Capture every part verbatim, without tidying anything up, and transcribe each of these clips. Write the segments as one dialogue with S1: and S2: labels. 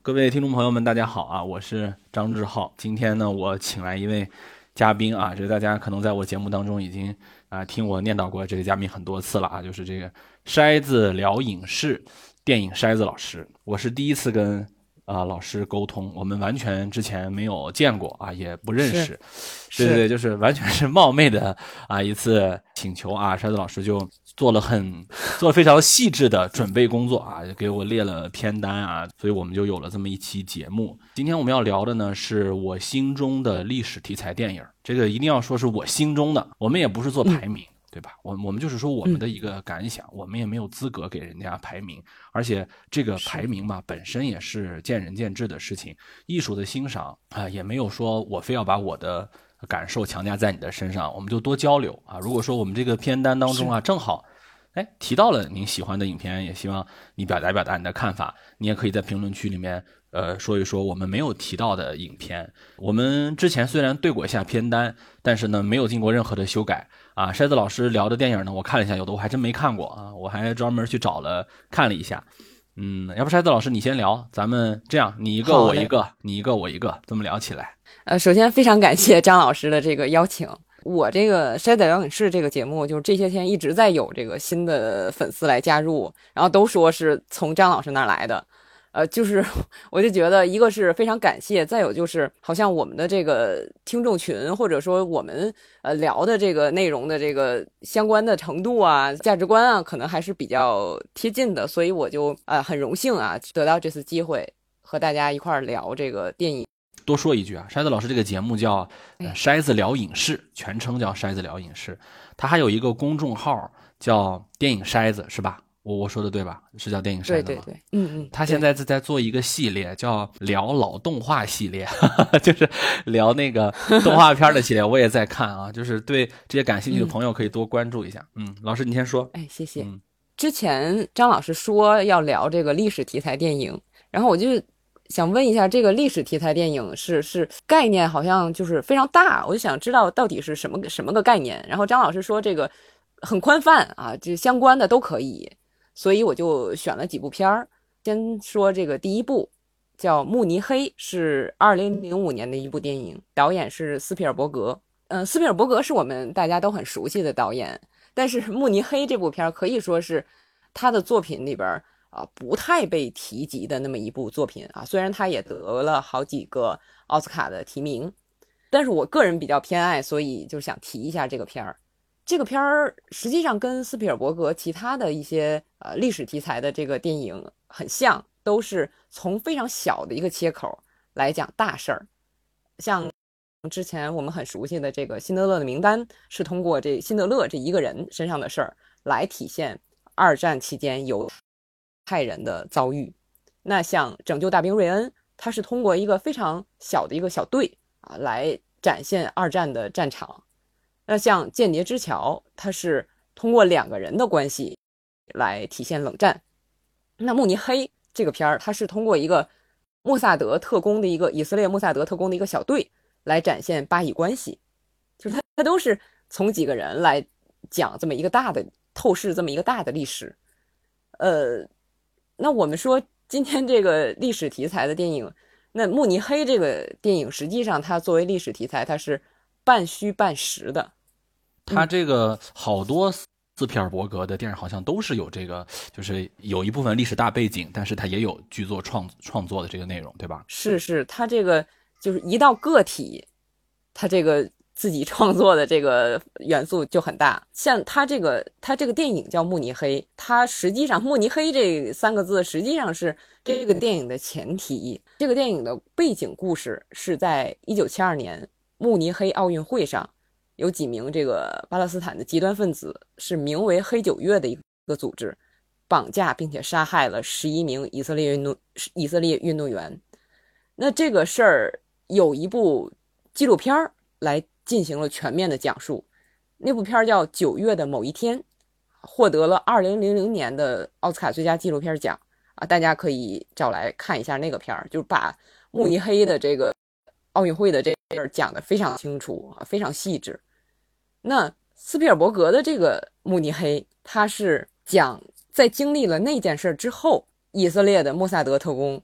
S1: 各位听众朋友们大家好啊，我是张志浩。今天呢我请来一位嘉宾啊，这个大家可能在我节目当中已经啊、呃、听我念叨过这个嘉宾很多次了啊，就是这个筛子聊影视电影筛子老师。我是第一次跟啊、呃、老师沟通，我们完全之前没有见过啊，也不认识。对对对，就是完全是冒昧的啊一次请求啊，筛子老师就做了很做了非常细致的准备工作啊，给我列了片单啊，所以我们就有了这么一期节目。今天我们要聊的呢，是我心中的历史题材电影。这个一定要说是我心中的，我们也不是做排名。嗯对吧？我我们就是说我们的一个感想、嗯，我们也没有资格给人家排名，而且这个排名嘛，本身也是见仁见智的事情。艺术的欣赏啊、呃，也没有说我非要把我的感受强加在你的身上，我们就多交流啊。如果说我们这个片单当中啊，正好哎提到了您喜欢的影片，也希望你表达表达你的看法，你也可以在评论区里面呃说一说我们没有提到的影片。我们之前虽然对过一下片单，但是呢没有经过任何的修改。啊，筛子老师聊的电影呢，我看了一下，有的我还真没看过啊，我还专门去找了看了一下。嗯，要不筛子老师你先聊，咱们这样，你一个我一个，你一个我一个，这么聊起来。
S2: 呃，首先非常感谢张老师的这个邀请。我这个筛子聊影视这个节目，就是这些天一直在有这个新的粉丝来加入，然后都说是从张老师那儿来的。呃，就是我就觉得一个是非常感谢，再有就是好像我们的这个听众群，或者说我们呃聊的这个内容的这个相关的程度啊、价值观啊，可能还是比较贴近的，所以我就呃很荣幸啊得到这次机会和大家一块儿聊这个电影。
S1: 多说一句啊，筛子老师这个节目叫呃筛子聊影视，全称叫筛子聊影视，他还有一个公众号叫电影筛子，是吧？我我说的对吧？是叫电影筛子吗？
S2: 对对对，嗯嗯。
S1: 他现在是在做一个系列，叫聊老动画系列，就是聊那个动画片的系列。我也在看啊，就是对这些感兴趣的朋友可以多关注一下。嗯，嗯老师你先说。
S2: 哎，谢谢。
S1: 嗯，
S2: 之前张老师说要聊这个历史题材电影，然后我就想问一下，这个历史题材电影是是概念好像就是非常大，我就想知道到底是什么什么个概念。然后张老师说这个很宽泛啊，这相关的都可以。所以我就选了几部片儿，先说这个第一部叫《慕尼黑》，是二零零五年的一部电影，导演是斯皮尔伯格。嗯、呃，斯皮尔伯格是我们大家都很熟悉的导演，但是《慕尼黑》这部片儿可以说是他的作品里边啊、呃、不太被提及的那么一部作品啊。虽然他也得了好几个奥斯卡的提名，但是我个人比较偏爱，所以就想提一下这个片儿。这个片儿实际上跟斯皮尔伯格其他的一些呃历史题材的这个电影很像，都是从非常小的一个切口来讲大事儿。像之前我们很熟悉的这个辛德勒的名单，是通过这辛德勒这一个人身上的事儿来体现二战期间犹太人的遭遇。那像拯救大兵瑞恩，他是通过一个非常小的一个小队啊来展现二战的战场。那像间谍之桥，它是通过两个人的关系来体现冷战。那慕尼黑这个片儿，它是通过一个莫萨德特工的一个以色列莫萨德特工的一个小队来展现巴以关系，就是它它都是从几个人来讲这么一个大的透视这么一个大的历史。呃，那我们说今天这个历史题材的电影，那慕尼黑这个电影实际上它作为历史题材，它是半虚半实的。
S1: 他这个好多斯皮尔伯格的电影好像都是有这个，就是有一部分历史大背景，但是他也有剧作创创作的这个内容，对吧？
S2: 是是，他这个就是一到个体，他这个自己创作的这个元素就很大。像他这个他这个电影叫《慕尼黑》，他实际上“慕尼黑”这三个字实际上是这个电影的前提。这个电影的背景故事是在一九七二年慕尼黑奥运会上。有几名这个巴勒斯坦的极端分子是名为黑九月的一个组织，绑架并且杀害了十一名以色列运动以色列运动员。那这个事儿有一部纪录片来进行了全面的讲述，那部片叫《九月的某一天》，获得了二零零零年的奥斯卡最佳纪录片奖啊，大家可以找来看一下那个片儿，就是把慕尼黑的这个奥运会的这事儿讲得非常清楚啊，非常细致。那斯皮尔伯格的这个慕尼黑，他是讲在经历了那件事之后，以色列的莫萨德特工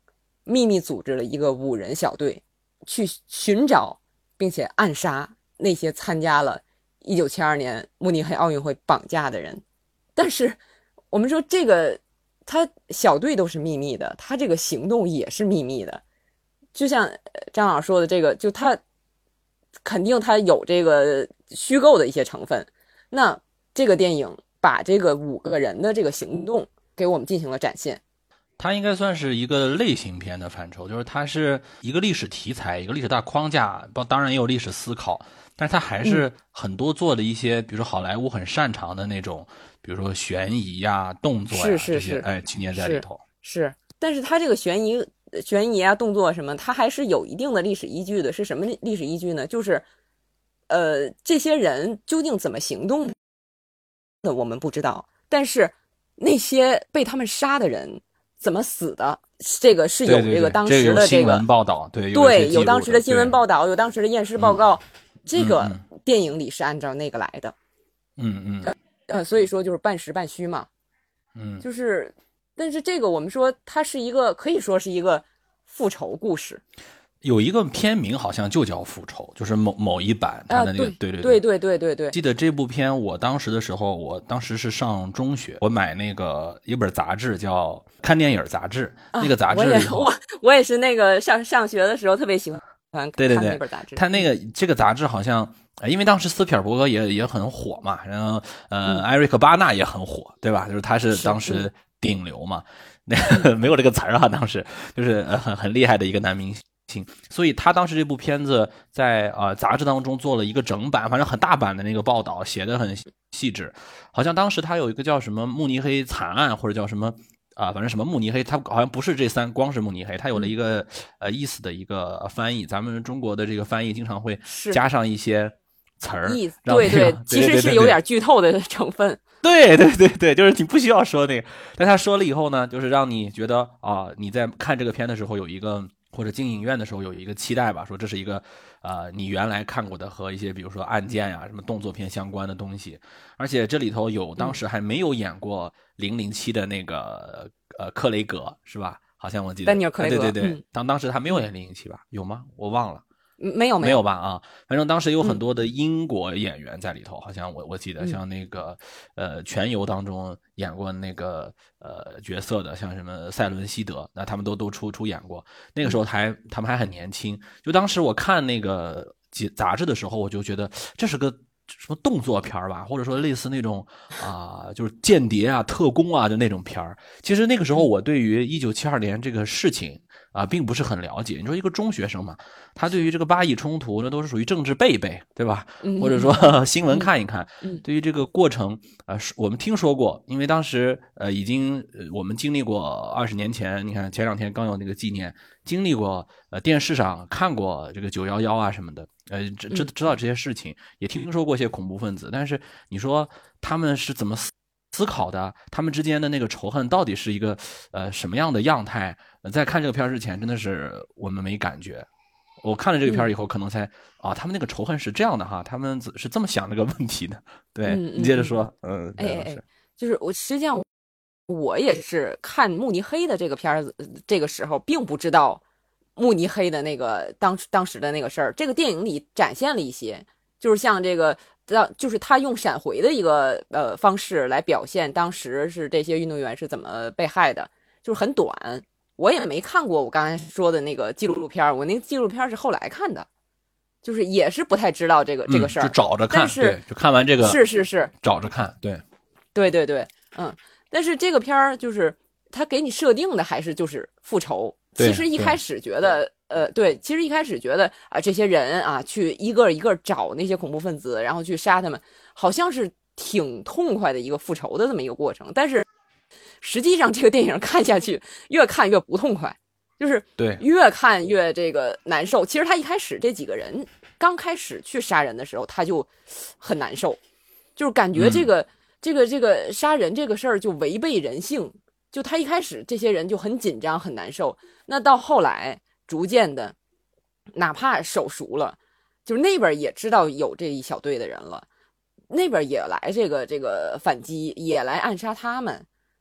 S2: 秘密组织了一个五人小队，去寻找并且暗杀那些参加了一九七二年慕尼黑奥运会绑架的人。但是我们说这个他小队都是秘密的，他这个行动也是秘密的。就像张老师说的，这个就他肯定他有这个虚构的一些成分。那这个电影把这个五个人的这个行动给我们进行了展现。
S1: 它应该算是一个类型片的范畴，就是它是一个历史题材，一个历史大框架，当然也有历史思考，但是它还是很多做的一些，比如说好莱坞很擅长的那种，比如说悬疑呀、动作呀
S2: 是是是
S1: 这些，哎，情节在里头。
S2: 是，是但是它这个悬疑、悬疑啊、动作什么，它还是有一定的历史依据的。是什么历史依据呢？就是，呃，这些人究竟怎么行动的，我们不知道，但是那些被他们杀的人怎么死的，这个是有这个当时的
S1: 这个新闻报道，对
S2: 对，
S1: 有
S2: 有当时的新闻报道，有当时的验尸报告，这个电影里是按照那个来的。
S1: 嗯嗯。
S2: 呃，所以说就是半实半虚嘛。
S1: 嗯，
S2: 就是，但是这个我们说它是一个可以说是一个复仇故事。
S1: 有一个片名好像就叫复仇，就是某某一版它的那个、
S2: 啊、对
S1: 对
S2: 对对对对对。
S1: 记得这部片，我当时的时候，我当时是上中学，我买那个一本杂志叫《看电影杂志》，
S2: 啊、
S1: 那个杂志
S2: 我也我我也是那个上上学的时候特别喜欢看那本杂志。
S1: 他那个这个杂志好像，因为当时斯皮尔伯格也也很火嘛，然后呃、嗯、艾瑞克巴纳也很火，对吧？就是他是当时顶流嘛，那、嗯、没有这个词儿啊，当时就是呃很很厉害的一个男明星。所以他当时这部片子在呃杂志当中做了一个整版，反正很大版的那个报道，写得很细致。好像当时他有一个叫什么慕尼黑惨案，或者叫什么啊、呃，反正什么慕尼黑，他好像不是这三，光是慕尼黑，他有了一个呃意思的一个翻译。咱们中国的这个翻译经常会加上一些词儿，
S2: 意思对对，对其实是有点剧透的成分。
S1: 对对对对，就是你不需要说那个，但他说了以后呢，就是让你觉得啊、呃，你在看这个片的时候有一个。或者进影院的时候有一个期待吧，说这是一个呃你原来看过的和一些比如说案件呀、什么动作片相关的东西，而且这里头有当时还没有演过零零七的那个呃克雷格是吧？好像我记得
S2: 丹尼尔克雷格，
S1: 对对对，
S2: 嗯、
S1: 当当时他没有演零零七吧？有吗？我忘了。
S2: 没有
S1: 没有吧啊，反正当时有很多的英国演员在里头，嗯、好像我我记得像那个呃全游当中演过那个呃角色的，像什么塞伦希德，那他们都都出出演过。那个时候还他们还很年轻，就当时我看那个杂志的时候，我就觉得这是个什么动作片吧，或者说类似那种啊、呃，就是间谍啊、特工啊的那种片儿。其实那个时候我对于一九七二年这个事情。啊，并不是很了解。你说一个中学生嘛，他对于这个巴以冲突，那都是属于政治背背，对吧？
S2: 嗯、
S1: 或者说新闻看一看。
S2: 嗯、
S1: 对于这个过程，呃，我们听说过，因为当时呃已经呃我们经历过二十年前，你看前两天刚有那个纪念，经历过呃电视上看过这个九一一啊什么的，呃知知知道这些事情，也听说过一些恐怖分子，但是你说他们是怎么死？思考的，他们之间的那个仇恨到底是一个呃什么样的样态？在看这个片之前，真的是我们没感觉。我看了这个片以后，可能才、嗯、啊，他们那个仇恨是这样的哈，他们是这么想这个问题的。对、
S2: 嗯、
S1: 你接着说，嗯，
S2: 哎哎，就是我实际上我也是看慕尼黑的这个片子，这个时候并不知道慕尼黑的那个当当时的那个事儿。这个电影里展现了一些，就是像这个。就是他用闪回的一个呃方式来表现当时是这些运动员是怎么被害的，就是很短。我也没看过我刚才说的那个纪录片，我那个纪录片是后来看的，就是也是不太知道这个、嗯、这个事儿，
S1: 就找着看，
S2: 但是
S1: 对，就看完这个
S2: 是是是
S1: 找着看，对，
S2: 对对对，嗯，但是这个片儿就是他给你设定的还是就是复仇。其实一开始觉得，呃，对，其实一开始觉得啊、呃，这些人啊，去一个一个找那些恐怖分子，然后去杀他们，好像是挺痛快的一个复仇的这么一个过程。但是实际上，这个电影看下去，越看越不痛快，就是
S1: 对，
S2: 越看越这个难受。其实他一开始这几个人刚开始去杀人的时候，他就很难受，就是感觉这个、嗯、这个这个杀人这个事儿就违背人性。就他一开始这些人就很紧张很难受，那到后来逐渐的哪怕手熟了，就是那边也知道有这一小队的人了，那边也来这个这个反击，也来暗杀他们，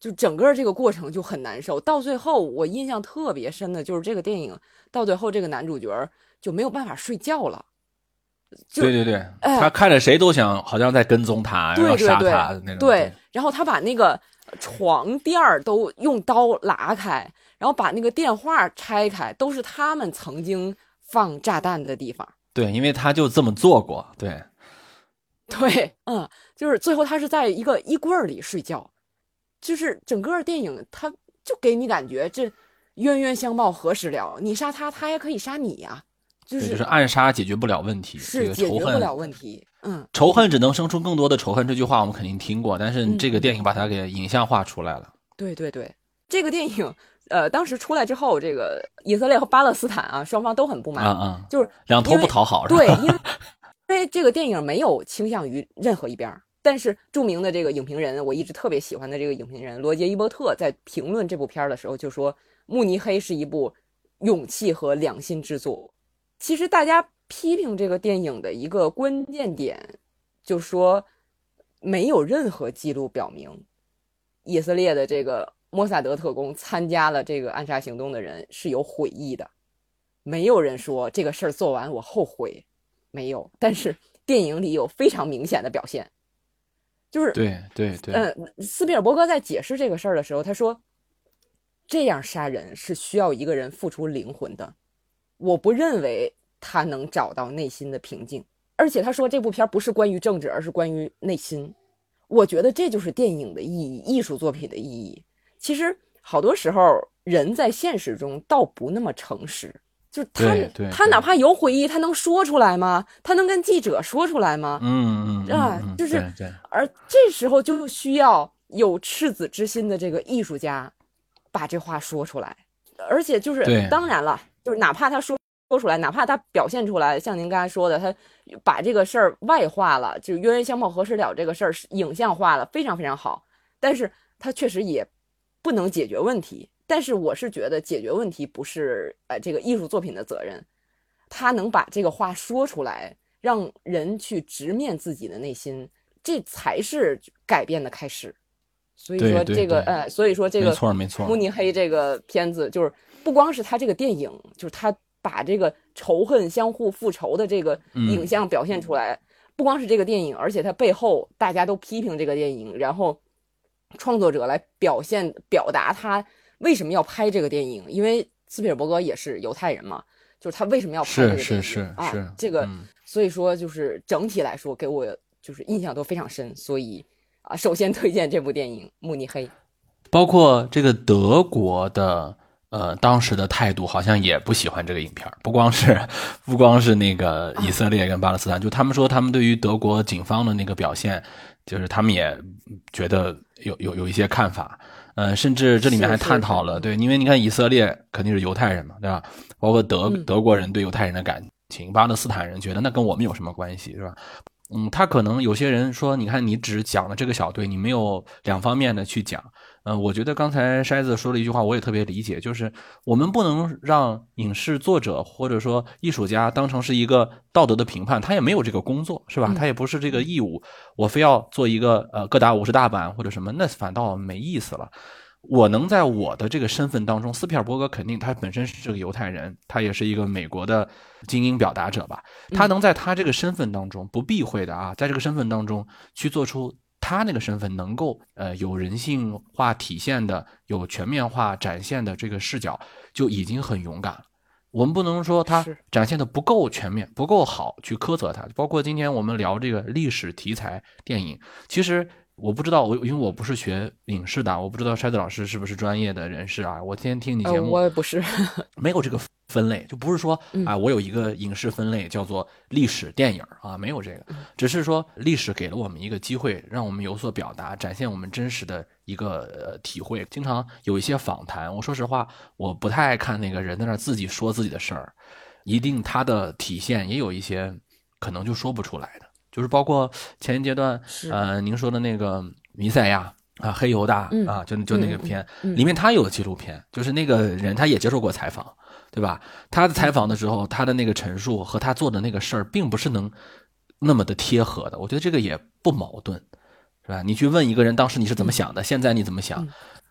S2: 就整个这个过程就很难受。到最后我印象特别深的就是这个电影到最后这个男主角就没有办法睡觉了。
S1: 对对对，
S2: 哎、
S1: 他看着谁都想好像在跟踪他，
S2: 对
S1: 要杀他的那种。
S2: 对，然后他把那个床垫都用刀拉开，然后把那个电话拆开，都是他们曾经放炸弹的地方。
S1: 对，因为他就这么做过。对
S2: 对，嗯，就是最后他是在一个衣柜里睡觉，就是整个电影他就给你感觉这冤冤相报何时了，你杀他，他也可以杀你呀、啊。就是、
S1: 就是暗杀解决不了问题，
S2: 是解决不了问题。嗯，
S1: 仇恨只能生出更多的仇恨，这句话我们肯定听过，但是这个电影把它给影像化出来了。
S2: 嗯、对对对，这个电影呃当时出来之后，这个以色列和巴勒斯坦啊双方都很不满，
S1: 啊啊，
S2: 就是
S1: 两头不讨好，是吧？
S2: 对，因为因为这个电影没有倾向于任何一边，但是著名的这个影评人，我一直特别喜欢的这个影评人罗杰伊伯特在评论这部片的时候就说，慕尼黑是一部勇气和良心之作。其实大家批评这个电影的一个关键点，就说没有任何记录表明以色列的这个摩萨德特工参加了这个暗杀行动的人是有悔意的，没有人说这个事儿做完我后悔，没有。但是电影里有非常明显的表现，就是
S1: 对对对，
S2: 呃，斯皮尔伯格在解释这个事儿的时候，他说这样杀人是需要一个人付出灵魂的。我不认为他能找到内心的平静，而且他说这部片不是关于政治，而是关于内心。我觉得这就是电影的意义，艺术作品的意义。其实好多时候人在现实中倒不那么诚实，就是他
S1: 对对
S2: 他哪怕有悔意，他能说出来吗？他能跟记者说出来吗？
S1: 嗯嗯
S2: 啊，
S1: 嗯
S2: 就是
S1: 对对，
S2: 而这时候就需要有赤子之心的这个艺术家把这话说出来。而且就是当然了，就是哪怕他说说出来，哪怕他表现出来，像您刚才说的，他把这个事儿外化了，就冤冤相报何时了这个事儿影像化了，非常非常好。但是他确实也不能解决问题。但是我是觉得解决问题不是呃这个艺术作品的责任，他能把这个话说出来，让人去直面自己的内心，这才是改变的开始。所以说这个呃，所以说这个
S1: 没错没错，
S2: 慕尼黑这个片子就是不光是他这个电影，就是他把这个仇恨相互复仇的这个影像表现出来，嗯、不光是这个电影，而且他背后大家都批评这个电影，然后创作者来表现表达他为什么要拍这个电影，因为斯皮尔伯格也是犹太人嘛，就是他为什么要拍这个电影
S1: 是是是
S2: 啊
S1: 是
S2: 这个、
S1: 嗯，
S2: 所以说就是整体来说给我就是印象都非常深，所以啊，首先推荐这部电影《慕尼黑》。
S1: 包括这个德国的呃当时的态度好像也不喜欢这个影片，不光是不光是那个以色列跟巴勒斯坦，啊、就他们说他们对于德国警方的那个表现，就是他们也觉得有有有一些看法，呃，甚至这里面还探讨了，对，因为你看以色列肯定是犹太人嘛，对吧？包括德、嗯、德国人对犹太人的感情，巴勒斯坦人觉得那跟我们有什么关系，是吧？嗯，他可能有些人说，你看你只讲了这个小队，你没有两方面的去讲。呃，我觉得刚才筛子说了一句话，我也特别理解，就是我们不能让影视作者或者说艺术家当成是一个道德的评判，他也没有这个工作，是吧？
S2: 嗯、
S1: 他也不是这个义务，我非要做一个呃各打五十大板或者什么，那反倒没意思了。我能在我的这个身份当中，斯皮尔伯格肯定他本身是个犹太人，他也是一个美国的精英表达者吧，他能在他这个身份当中不避讳的啊，在这个身份当中去做出他那个身份能够呃有人性化体现的、有全面化展现的这个视角，就已经很勇敢了。我们不能说他展现的不够全面、不够好去苛责他。包括今天我们聊这个历史题材电影，其实我不知道，我因为我不是学影视的，我不知道筛子老师是不是专业的人士啊。我天天听你节目，
S2: 呃、我也不是，
S1: 没有这个分类，就不是说啊，我有一个影视分类叫做历史电影啊，没有这个，只是说历史给了我们一个机会，让我们有所表达，展现我们真实的一个呃体会。经常有一些访谈，我说实话，我不太爱看那个人在那自己说自己的事儿，一定他的体现也有一些可能就说不出来的。就是包括前一阶段，呃，您说的那个弥赛亚啊，黑犹大、嗯、啊，就就那个片、嗯嗯嗯、里面他有纪录片，就是那个人他也接受过采访，对吧？他的采访的时候，他的那个陈述和他做的那个事儿，并不是能那么的贴合的。我觉得这个也不矛盾，是吧？你去问一个人当时你是怎么想的，嗯、现在你怎么想？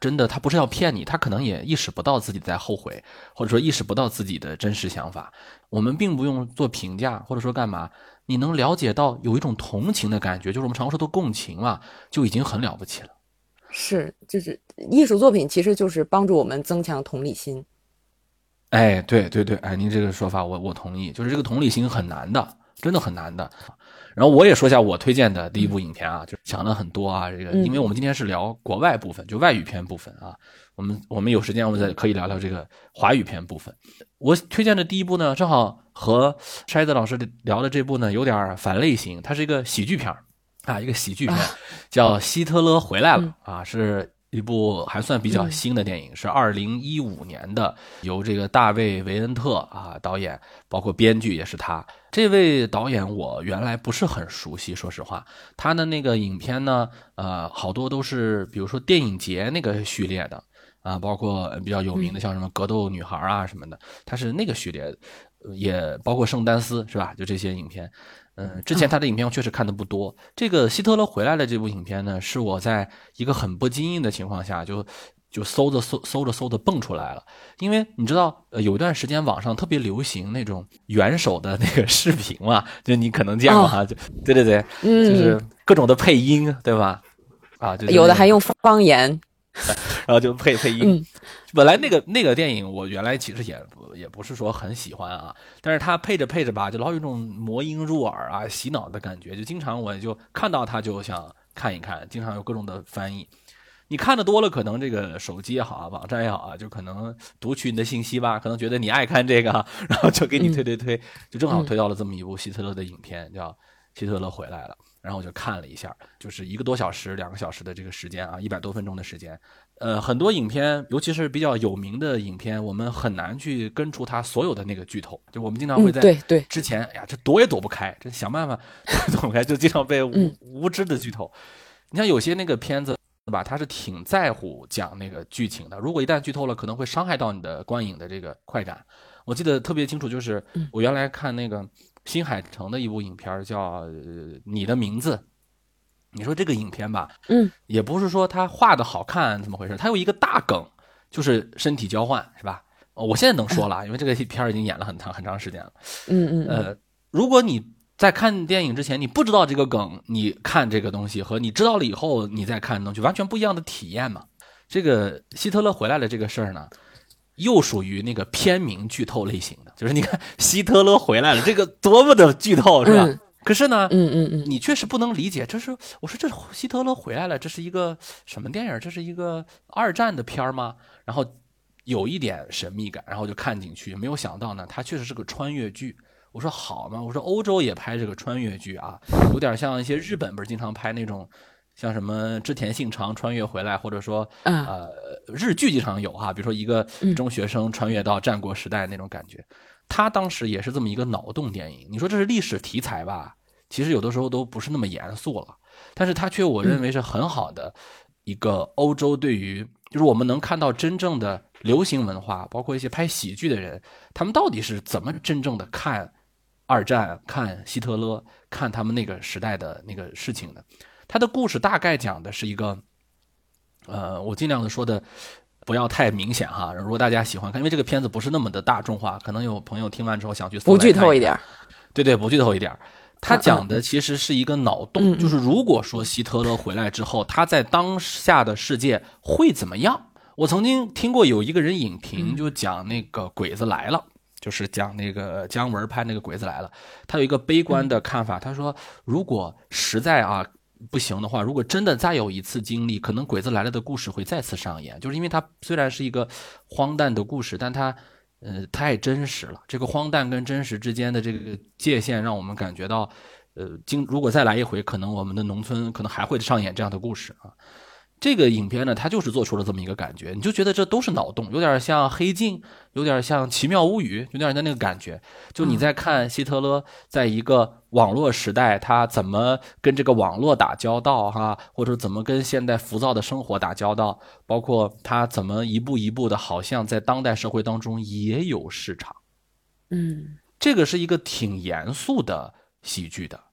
S1: 真的他不是要骗你，他可能也意识不到自己在后悔，或者说意识不到自己的真实想法。我们并不用做评价，或者说干嘛，你能了解到有一种同情的感觉，就是我们常说的共情嘛，就已经很了不起了。
S2: 是，就是艺术作品其实就是帮助我们增强同理心。
S1: 哎，对对对，哎，您这个说法我我同意，就是这个同理心很难的，真的很难的。然后我也说一下我推荐的第一部影片啊，就讲了很多啊，这个因为我们今天是聊国外部分，就外语片部分啊，我们我们有时间我们再可以聊聊这个华语片部分。我推荐的第一部呢，正好和筛子老师聊的这部呢有点反类型，它是一个喜剧片啊，一个喜剧片，叫《希特勒回来了》啊，是一部还算比较新的电影，是二零一五年的，由这个大卫·维恩特啊导演，包括编剧也是他。这位导演我原来不是很熟悉，说实话，他的那个影片呢，呃，好多都是比如说电影节那个序列的啊，包括比较有名的像什么《格斗女孩》啊什么的，他是那个序列，也包括圣丹斯是吧？就这些影片。嗯，之前他的影片我确实看的不多。这个希特勒回来了这部影片呢，是我在一个很不经意的情况下就就搜着搜搜着搜着蹦出来了。因为你知道，呃，有一段时间网上特别流行那种元首的那个视频嘛，就你可能见过哈，哦、就对对对，嗯，就是各种的配音，对吧？啊，就
S2: 有的还用方言。
S1: 然后就配配音、嗯，本来那个那个电影我原来其实也也不是说很喜欢啊，但是他配着配着吧，就老有一种魔音入耳啊、洗脑的感觉，就经常我就看到他就想看一看，经常有各种的翻译。你看的多了，可能这个手机也好啊，网站也好啊，就可能读取你的信息吧，可能觉得你爱看这个，然后就给你推推推，嗯、就正好推到了这么一部希特勒的影片，叫《希特勒回来了》。然后我就看了一下，就是一个多小时、两个小时的这个时间啊，一百多分钟的时间。呃，很多影片，尤其是比较有名的影片，我们很难去根除它所有的那个剧透。就我们经常会在之前，嗯、哎呀，这躲也躲不开，这想办法躲不开，就经常被无、嗯、无知的剧透。你像有些那个片子吧，它是挺在乎讲那个剧情的，如果一旦剧透了，可能会伤害到你的观影的这个快感。我记得特别清楚，就是我原来看那个新海诚的一部影片叫《你的名字》，你说这个影片吧，嗯，也不是说他画的好看怎么回事，他有一个大梗，就是身体交换，是吧？我现在能说了，因为这个片已经演了很长很长时间了。
S2: 嗯嗯，
S1: 呃，如果你在看电影之前你不知道这个梗，你看这个东西和你知道了以后你再看东西完全不一样的体验嘛。这个希特勒回来了这个事儿呢，又属于那个片名剧透类型的，就是你看希特勒回来了，这个多么的剧透是吧？嗯、可是呢，
S2: 嗯嗯嗯，
S1: 你确实不能理解，这是我说这希特勒回来了，这是一个什么电影？这是一个二战的片吗？然后有一点神秘感，然后就看进去，没有想到呢，它确实是个穿越剧。我说好嘛，我说欧洲也拍这个穿越剧啊，有点像一些日本不是经常拍那种。像什么织田信长穿越回来，或者说呃日剧经常有哈，比如说一个中学生穿越到战国时代那种感觉。他当时也是这么一个脑洞电影，你说这是历史题材吧，其实有的时候都不是那么严肃了，但是他却我认为是很好的一个欧洲对于就是我们能看到真正的流行文化，包括一些拍喜剧的人，他们到底是怎么真正的看二战，看希特勒，看他们那个时代的那个事情的。他的故事大概讲的是一个，呃，我尽量的说的不要太明显哈。如果大家喜欢看，因为这个片子不是那么的大众化，可能有朋友听完之后想去搜来看一看。
S2: 不剧透一点，
S1: 对对，不剧透一点。他讲的其实是一个脑洞，
S2: 嗯嗯、
S1: 就是如果说希特勒回来之后，他在当下的世界会怎么样？我曾经听过有一个人影评就讲那个《鬼子来了》。就是讲那个姜文拍那个《鬼子来了》，他有一个悲观的看法，他说如果实在啊不行的话，如果真的再有一次经历，可能《鬼子来了》的故事会再次上演，就是因为它虽然是一个荒诞的故事，但它呃太真实了，这个荒诞跟真实之间的这个界限让我们感觉到呃经如果再来一回，可能我们的农村可能还会上演这样的故事啊。这个影片呢，它就是做出了这么一个感觉，你就觉得这都是脑洞，有点像黑镜，有点像奇妙物语，有点像那个感觉。就你在看希特勒在一个网络时代，他怎么跟这个网络打交道哈，或者怎么跟现代浮躁的生活打交道，包括他怎么一步一步的，好像在当代社会当中也有市场。
S2: 嗯，
S1: 这个是一个挺严肃的喜剧的。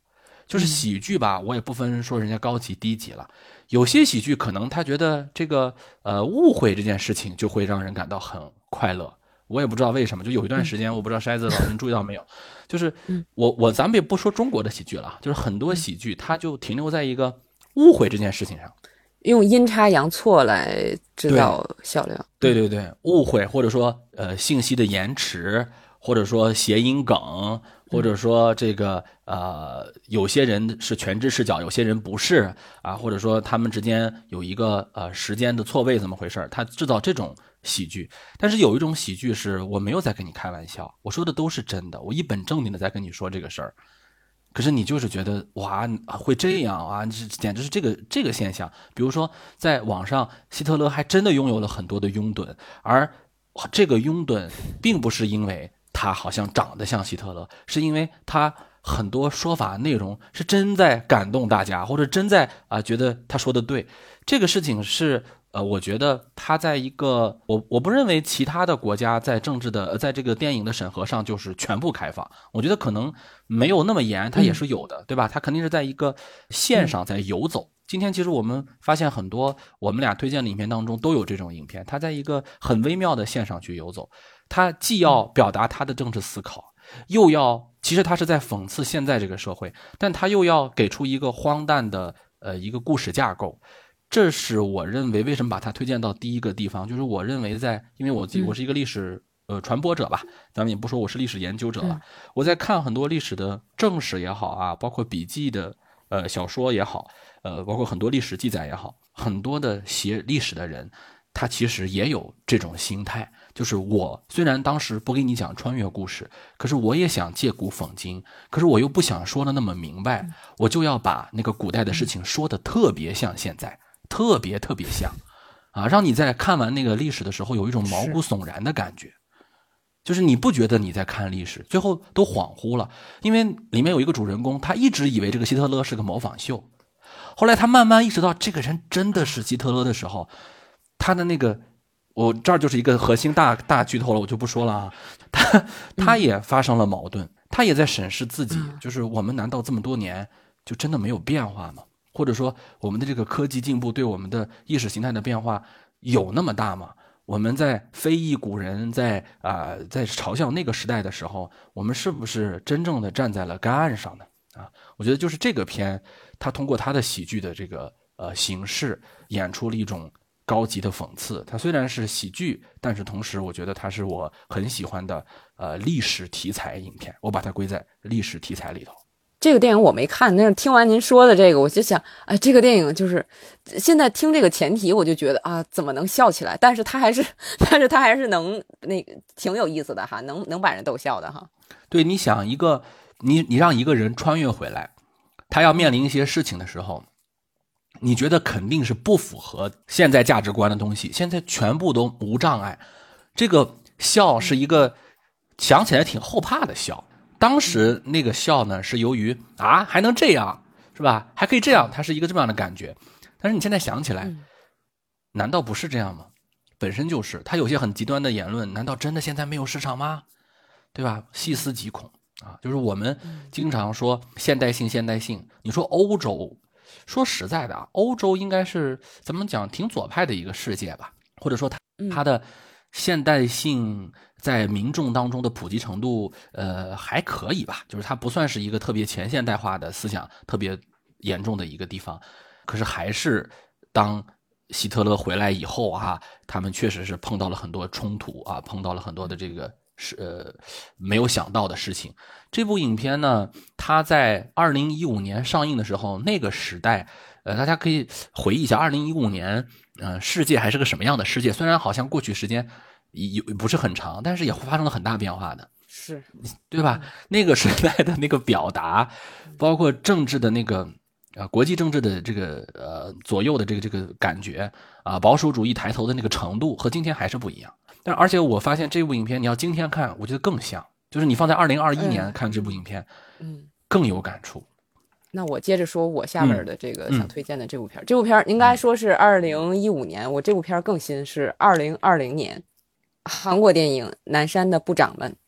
S1: 就是喜剧吧，我也不分说人家高级低级了，有些喜剧可能他觉得这个呃误会这件事情就会让人感到很快乐。我也不知道为什么，就有一段时间，我不知道筛子老师注意到没有，就是我我咱们也不说中国的喜剧了，就是很多喜剧它就停留在一个误会这件事情上，
S2: 用阴差阳错来制造笑料。
S1: 对对对，误会或者说呃信息的延迟，或者说谐音梗，或者说这个呃有些人是全知视角，有些人不是啊，或者说他们之间有一个呃时间的错位，怎么回事？他制造这种喜剧。但是有一种喜剧是我没有在跟你开玩笑，我说的都是真的，我一本正经的在跟你说这个事儿。可是你就是觉得哇会这样啊，这简直是这个这个现象。比如说在网上，希特勒还真的拥有了很多的拥趸，而这个拥趸并不是因为他好像长得像希特勒，是因为他很多说法内容是真在感动大家，或者真在啊觉得他说的对。这个事情是呃，我觉得他在一个我我不认为其他的国家在政治的在这个电影的审核上就是全部开放，我觉得可能没有那么严，它也是有的，嗯、对吧？它肯定是在一个线上在游走。嗯、今天其实我们发现很多我们俩推荐的影片当中都有这种影片，它在一个很微妙的线上去游走，它既要表达它的政治思考，又要其实它是在讽刺现在这个社会，但它又要给出一个荒诞的呃一个故事架构。这是我认为为什么把它推荐到第一个地方，就是我认为在，因为我我是一个历史呃传播者吧，咱们也不说我是历史研究者了，我在看很多历史的正史也好啊，包括笔记的呃小说也好，呃包括很多历史记载也好，很多的写历史的人，他其实也有这种心态，就是我虽然当时不给你讲穿越故事，可是我也想借古讽今，可是我又不想说的那么明白，我就要把那个古代的事情说的特别像现在。特别特别像啊，让你在看完那个历史的时候有一种毛骨悚然的感觉，是就是你不觉得你在看历史，最后都恍惚了。因为里面有一个主人公，他一直以为这个希特勒是个模仿秀，后来他慢慢意识到这个人真的是希特勒的时候，他的那个我这儿就是一个核心大大剧透了，我就不说了啊。他他也发生了矛盾，嗯、他也在审视自己，就是我们难道这么多年就真的没有变化吗？或者说我们的这个科技进步对我们的意识形态的变化有那么大吗？我们在非议古人，在啊、呃、在嘲笑那个时代的时候，我们是不是真正的站在了干岸上呢？啊，我觉得就是这个片，它通过它的喜剧的这个呃形式，演出了一种高级的讽刺。它虽然是喜剧，但是同时我觉得它是我很喜欢的呃历史题材影片，我把它归在历史题材里头。
S2: 这个电影我没看，但是听完您说的这个，我就想，哎，这个电影就是现在听这个前提，我就觉得啊，怎么能笑起来？但是他还是，但是他还是能那个挺有意思的哈，能能把人逗笑的哈。
S1: 对，你想一个，你你让一个人穿越回来，他要面临一些事情的时候，你觉得肯定是不符合现在价值观的东西，现在全部都无障碍。这个笑是一个想起来挺后怕的笑。当时那个笑呢，是由于啊还能这样，是吧？还可以这样，它是一个这么样的感觉。但是你现在想起来，嗯、难道不是这样吗？本身就是，他有些很极端的言论，难道真的现在没有市场吗？对吧？细思极恐啊！就是我们经常说现代性，现代性。你说欧洲，说实在的啊，欧洲应该是怎么讲，挺左派的一个世界吧，或者说它它的现代性在民众当中的普及程度，呃，还可以吧，就是它不算是一个特别前现代化的思想特别严重的一个地方。可是还是当希特勒回来以后啊，他们确实是碰到了很多冲突啊，碰到了很多的这个是呃没有想到的事情。这部影片呢，它在二零一五年上映的时候，那个时代，呃，大家可以回忆一下，二零一五年，呃，世界还是个什么样的世界？虽然好像过去时间也不是很长，但是也发生了很大变化的，
S2: 是，
S1: 对吧？那个时代的那个表达，包括政治的那个。啊，国际政治的这个呃左右的这个这个感觉啊，保守主义抬头的那个程度和今天还是不一样。但而且我发现这部影片你要今天看，我觉得更像，就是你放在二零二一年看这部影片，嗯，更有感触。
S2: 那我接着说我下边的这个想推荐的这部片，嗯、这部片应该说是二零一五年，我这部片更新是二零二零年，韩国电影《南山的部长们》。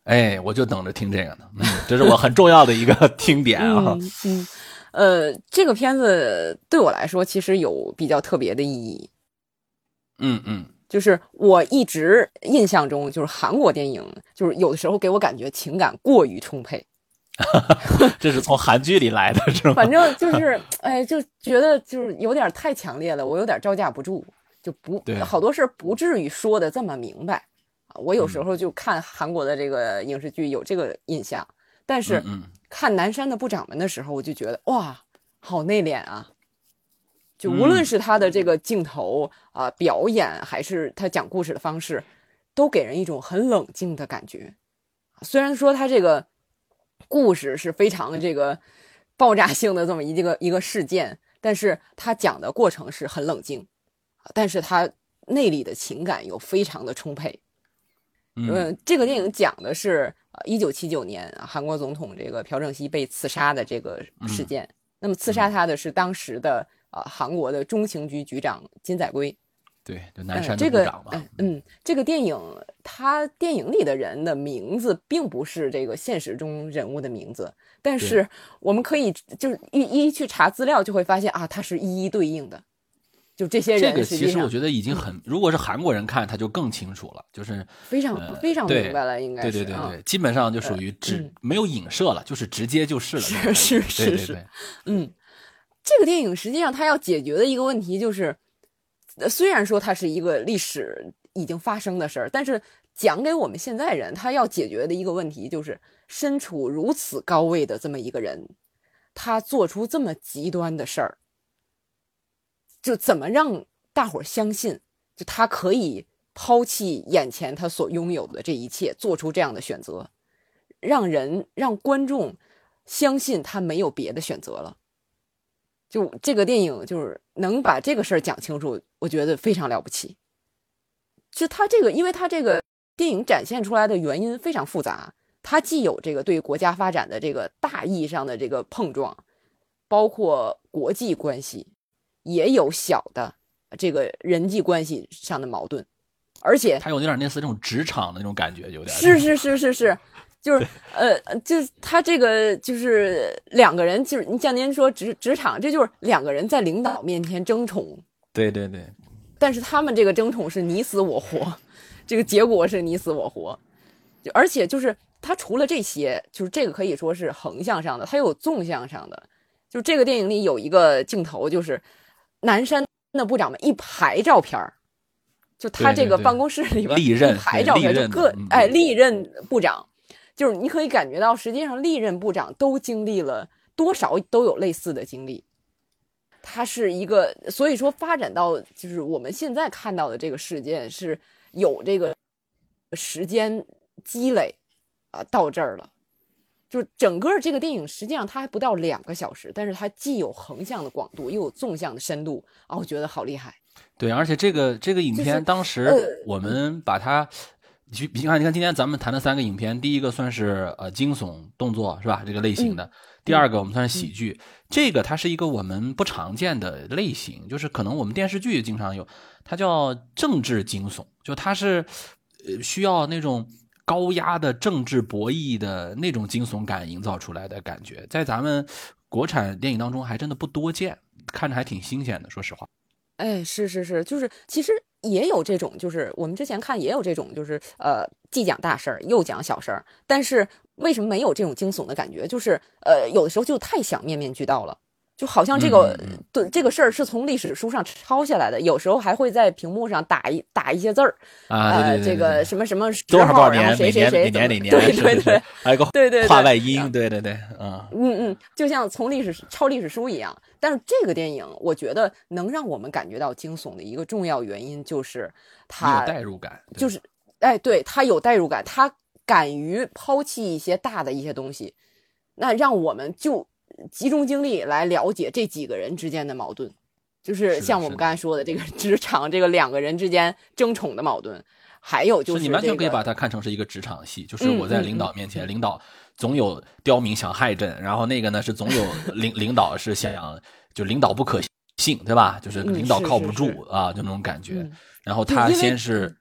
S1: 哎，我就等着听这个呢，嗯，这是我很重要的一个听点啊。
S2: 嗯嗯，呃，这个片子对我来说其实有比较特别的意义。
S1: 嗯嗯，
S2: 就是我一直印象中，就是韩国电影，就是有的时候给我感觉情感过于充沛。
S1: 这是从韩剧里来的是吗？
S2: 反正就是，哎，就觉得就是有点太强烈了，我有点招架不住，就不好多事不至于说的这么明白。我有时候就看韩国的这个影视剧有这个印象，但是看南山的部长们的时候，我就觉得哇，好内敛啊！就无论是他的这个镜头啊、呃、表演，还是他讲故事的方式，都给人一种很冷静的感觉。虽然说他这个故事是非常这个爆炸性的这么一个一个事件，但是他讲的过程是很冷静，但是他内里的情感又非常的充沛。嗯、呃，这个电影讲的是呃一九七九年韩国总统这个朴正熙被刺杀的这个事件。嗯、那么刺杀他的是当时的呃韩国的中情局局长金载圭。
S1: 对，就南山的部长嘛。
S2: 呃、这个嗯，这个电影他电影里的人的名字并不是这个现实中人物的名字，但是我们可以就是一一去查资料就会发现啊，它是一一对应的。就这些人，
S1: 这个其实我觉得已经很，嗯、如果是韩国人看，他就更清楚了，就是
S2: 非常、呃、非常明白了，应该是
S1: 对对对对，嗯、基本上就属于直、呃、没有影射了，就是直接就是了。
S2: 是是是
S1: 对对对，
S2: 嗯，这个电影实际上它要解决的一个问题就是，虽然说它是一个历史已经发生的事儿，但是讲给我们现在人，他要解决的一个问题就是，身处如此高位的这么一个人，他做出这么极端的事儿。就怎么让大伙儿相信，就他可以抛弃眼前他所拥有的这一切，做出这样的选择，让人让观众相信他没有别的选择了。就这个电影就是能把这个事儿讲清楚，我觉得非常了不起。就他这个，因为他这个电影展现出来的原因非常复杂，它既有这个对国家发展的这个大意义上的这个碰撞，包括国际关系。也有小的这个人际关系上的矛盾，而且
S1: 他有点类似这种职场的那种感觉，有点
S2: 是是是是是，就是呃，就是他这个就是两个人，就是你像您说职职场，这就是两个人在领导面前争宠，
S1: 对对对，
S2: 但是他们这个争宠是你死我活，这个结果是你死我活，就而且就是他除了这些，就是这个可以说是横向上的，他有纵向上的，就这个电影里有一个镜头就是。南山的部长们一排照片，就他这个办公室里边
S1: 历任
S2: 一排照片，就各哎历任部长，就是你可以感觉到，实际上历任部长都经历了多少都有类似的经历。他是一个，所以说发展到就是我们现在看到的这个事件是有这个时间积累啊、呃、到这儿了。就整个这个电影实际上它还不到两个小时，但是它既有横向的广度，又有纵向的深度啊，我觉得好厉害。
S1: 对，而且这个这个影片当时我们把它，你、就是呃、看，你看今天咱们谈的三个影片，第一个算是呃惊悚动作是吧？这个类型的，嗯、第二个我们算是喜剧，嗯、这个它是一个我们不常见的类型，就是可能我们电视剧经常有，它叫政治惊悚，就它是呃需要那种。高压的政治博弈的那种惊悚感营造出来的感觉，在咱们国产电影当中还真的不多见，看着还挺新鲜的，说实话。
S2: 哎，是是是，就是其实也有这种，就是我们之前看也有这种，就是呃，既讲大事儿又讲小事儿，但是为什么没有这种惊悚的感觉？就是呃，有的时候就太想面面俱到了。就好像这个、嗯、对这个事儿是从历史书上抄下来的，有时候还会在屏幕上打一打一些字儿
S1: 啊，对对对对
S2: 呃，这个什么什么
S1: 多少多少
S2: 年，谁谁谁，
S1: 哪年哪年，
S2: 对对对，
S1: 还有个
S2: 对对
S1: 话外音，对对对，嗯
S2: 嗯嗯，就像从历史抄历史书一样。但是这个电影，我觉得能让我们感觉到惊悚的一个重要原因就是它
S1: 有代入感，
S2: 就是哎，对，它有代入感，它敢于抛弃一些大的一些东西，那让我们就。集中精力来了解这几个人之间的矛盾，就是像我们刚才说的这个职场这个两个人之间争宠的矛盾，还有就是、这个、
S1: 是你完全可以把它看成是一个职场戏，就是我在领导面前，嗯嗯、领导总有刁民想害朕，然后那个呢是总有领领导是想就领导不可信，对吧？就是领导靠不住、
S2: 嗯、是是是
S1: 啊，就那种感觉。
S2: 嗯、
S1: 然后他先是。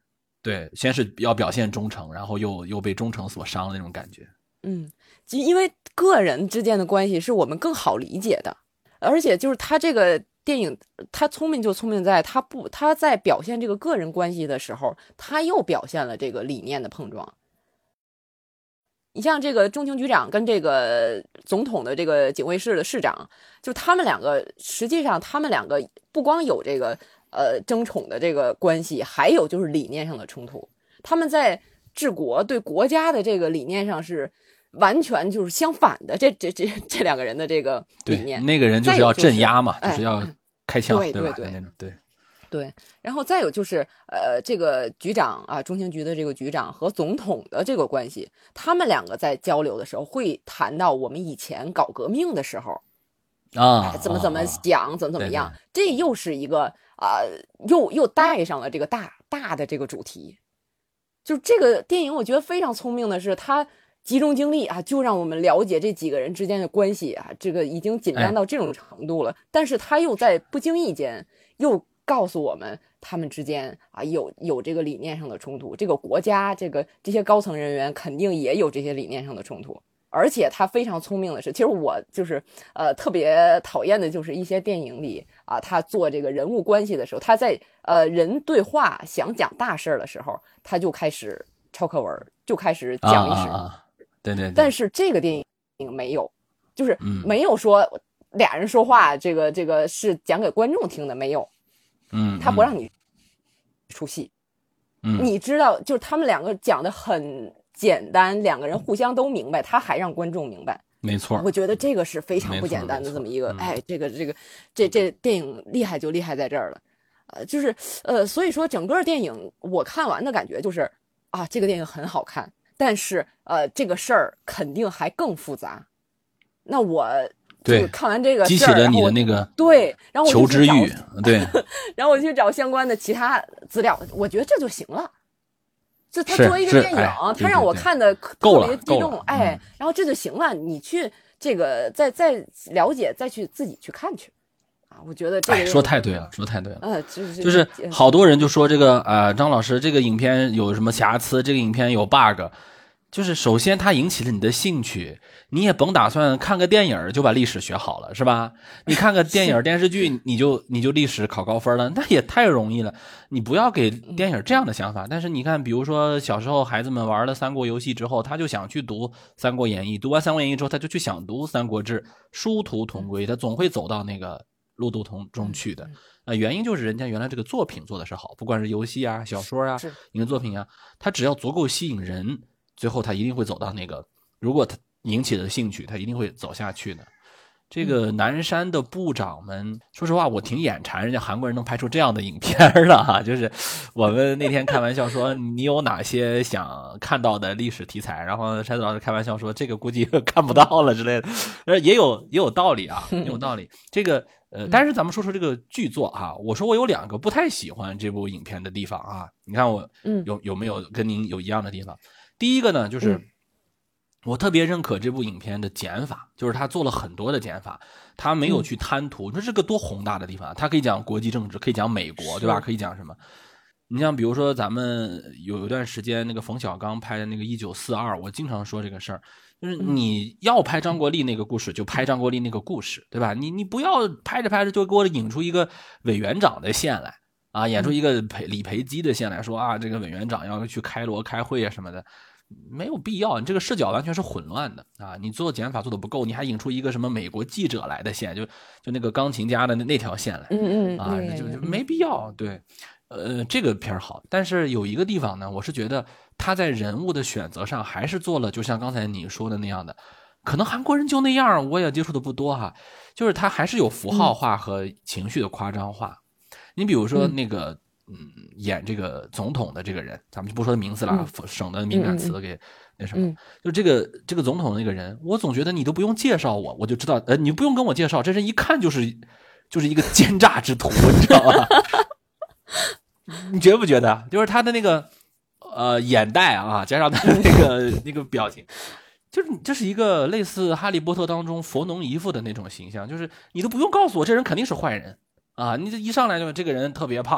S1: 对，先是要表现忠诚，然后又又被忠诚所伤的那种感觉。
S2: 嗯，因为个人之间的关系是我们更好理解的，而且就是他这个电影，他聪明就聪明在他不他在表现这个个人关系的时候，他又表现了这个理念的碰撞。你像这个中情局长跟这个总统的这个警卫室的室长，就他们两个，实际上他们两个不光有这个呃争宠的这个关系，还有就是理念上的冲突。他们在治国对国家的这个理念上是完全就是相反的，这这这这两个人的这个理念，
S1: 对，那个人就是要镇压嘛，
S2: 就是、
S1: 就是要开枪，
S2: 哎、对
S1: 吧？
S2: 对对
S1: 那种对。
S2: 对，然后再有就是，呃，这个局长啊，中情局的这个局长和总统的这个关系，他们两个在交流的时候会谈到我们以前搞革命的时候
S1: 啊，
S2: 哎、怎么怎么讲，
S1: 啊、
S2: 怎么怎么样，
S1: 对对
S2: 这又是一个啊、呃，又又带上了这个大大的这个主题。就这个电影，我觉得非常聪明的是，他集中精力啊，就让我们了解这几个人之间的关系啊，这个已经紧张到这种程度了，哎、但是他又在不经意间又告诉我们，他们之间啊有有这个理念上的冲突，这个国家这个这些高层人员肯定也有这些理念上的冲突。而且他非常聪明的是，其实我就是呃特别讨厌的就是一些电影里啊，他做这个人物关系的时候，他在呃人对话想讲大事的时候，他就开始抄课文，就开始讲历史。
S1: 啊啊啊对对对。
S2: 但是这个电影没有，就是没有说俩人说话，这个这个是讲给观众听的，没有。
S1: 嗯，
S2: 他不让你出戏，
S1: 嗯，
S2: 你知道，就是他们两个讲的很简单，两个人互相都明白，他还让观众明白，
S1: 没错。
S2: 我觉得这个是非常不简单的这么一个，哎，这个这个这这电影厉害就厉害在这儿了，呃，就是呃，所以说整个电影我看完的感觉就是啊，这个电影很好看，但是呃，这个事儿肯定还更复杂。那我。
S1: 对，
S2: 看完这个
S1: 激起了你的那个
S2: 对，然后
S1: 求知欲，对，
S2: 然后我去找相关的其他资料，我觉得这就行了。就他作为一个电影，
S1: 哎、
S2: 他让我看的
S1: 特
S2: 别激动，哎、嗯，然后这就行了。你去这个再再了解，再去自己去看去啊。我觉得这个、
S1: 哎、说太对了，说太对了。
S2: 呃，就是
S1: 就是好多人就说这个呃，张老师这个影片有什么瑕疵，这个影片有 bug。就是首先它引起了你的兴趣，你也甭打算看个电影就把历史学好了，是吧？你看个电影电视剧，你就你就历史考高分了，那也太容易了。你不要给电影这样的想法。但是你看，比如说小时候孩子们玩了三国游戏之后，他就想去读三国演义，读完三国演义之后，他就去想读三国志，殊途同归，他总会走到那个路途同中去的。呃，原因就是人家原来这个作品做的是好，不管是游戏啊、小说啊、影视作品啊，它只要足够吸引人。最后他一定会走到那个，如果他引起了兴趣，他一定会走下去的。这个南山的部长们，说实话我挺眼馋人家韩国人能拍出这样的影片了哈。就是我们那天开玩笑说你有哪些想看到的历史题材，然后柴子老师开玩笑说这个估计看不到了之类的，也有也有道理啊，也有道理。这个呃，但是咱们说说这个剧作哈，我说我有两个不太喜欢这部影片的地方啊，你看我有有没有跟您有一样的地方？第一个呢，就是我特别认可这部影片的减法，就是他做了很多的减法，他没有去贪图，这是个多宏大的地方，他可以讲国际政治，可以讲美国，对吧？可以讲什么？你像比如说咱们有一段时间那个冯小刚拍的那个一九四二，我经常说这个事儿，就是你要拍张国立那个故事就拍张国立那个故事，对吧？你你不要拍着拍着就给我引出一个委员长的线来。啊，演出一个裴李培基的线来说啊，这个委员长要去开罗开会啊什么的，没有必要。你这个视角完全是混乱的啊！你做减法做的不够，你还引出一个什么美国记者来的线，就就那个钢琴家的那那条线来，
S2: 嗯嗯
S1: 啊，就就没必要。对，呃，这个片儿好，但是有一个地方呢，我是觉得他在人物的选择上还是做了，就像刚才你说的那样的，可能韩国人就那样，我也接触的不多哈，就是他还是有符号化和情绪的夸张化。你比如说那个，嗯，演这个总统的这个人，咱们就不说他名字了，嗯、省的敏感词给那什么，嗯、就这个这个总统的那个人，我总觉得你都不用介绍我，我就知道，呃，你不用跟我介绍，这人一看就是就是一个奸诈之徒，你知道吧？你觉不觉得？就是他的那个呃眼袋啊，加上他的那个那个表情。就是这是一个类似哈利波特当中佛农姨父的那种形象，就是你都不用告诉我这人肯定是坏人啊，你这一上来就这个人特别胖，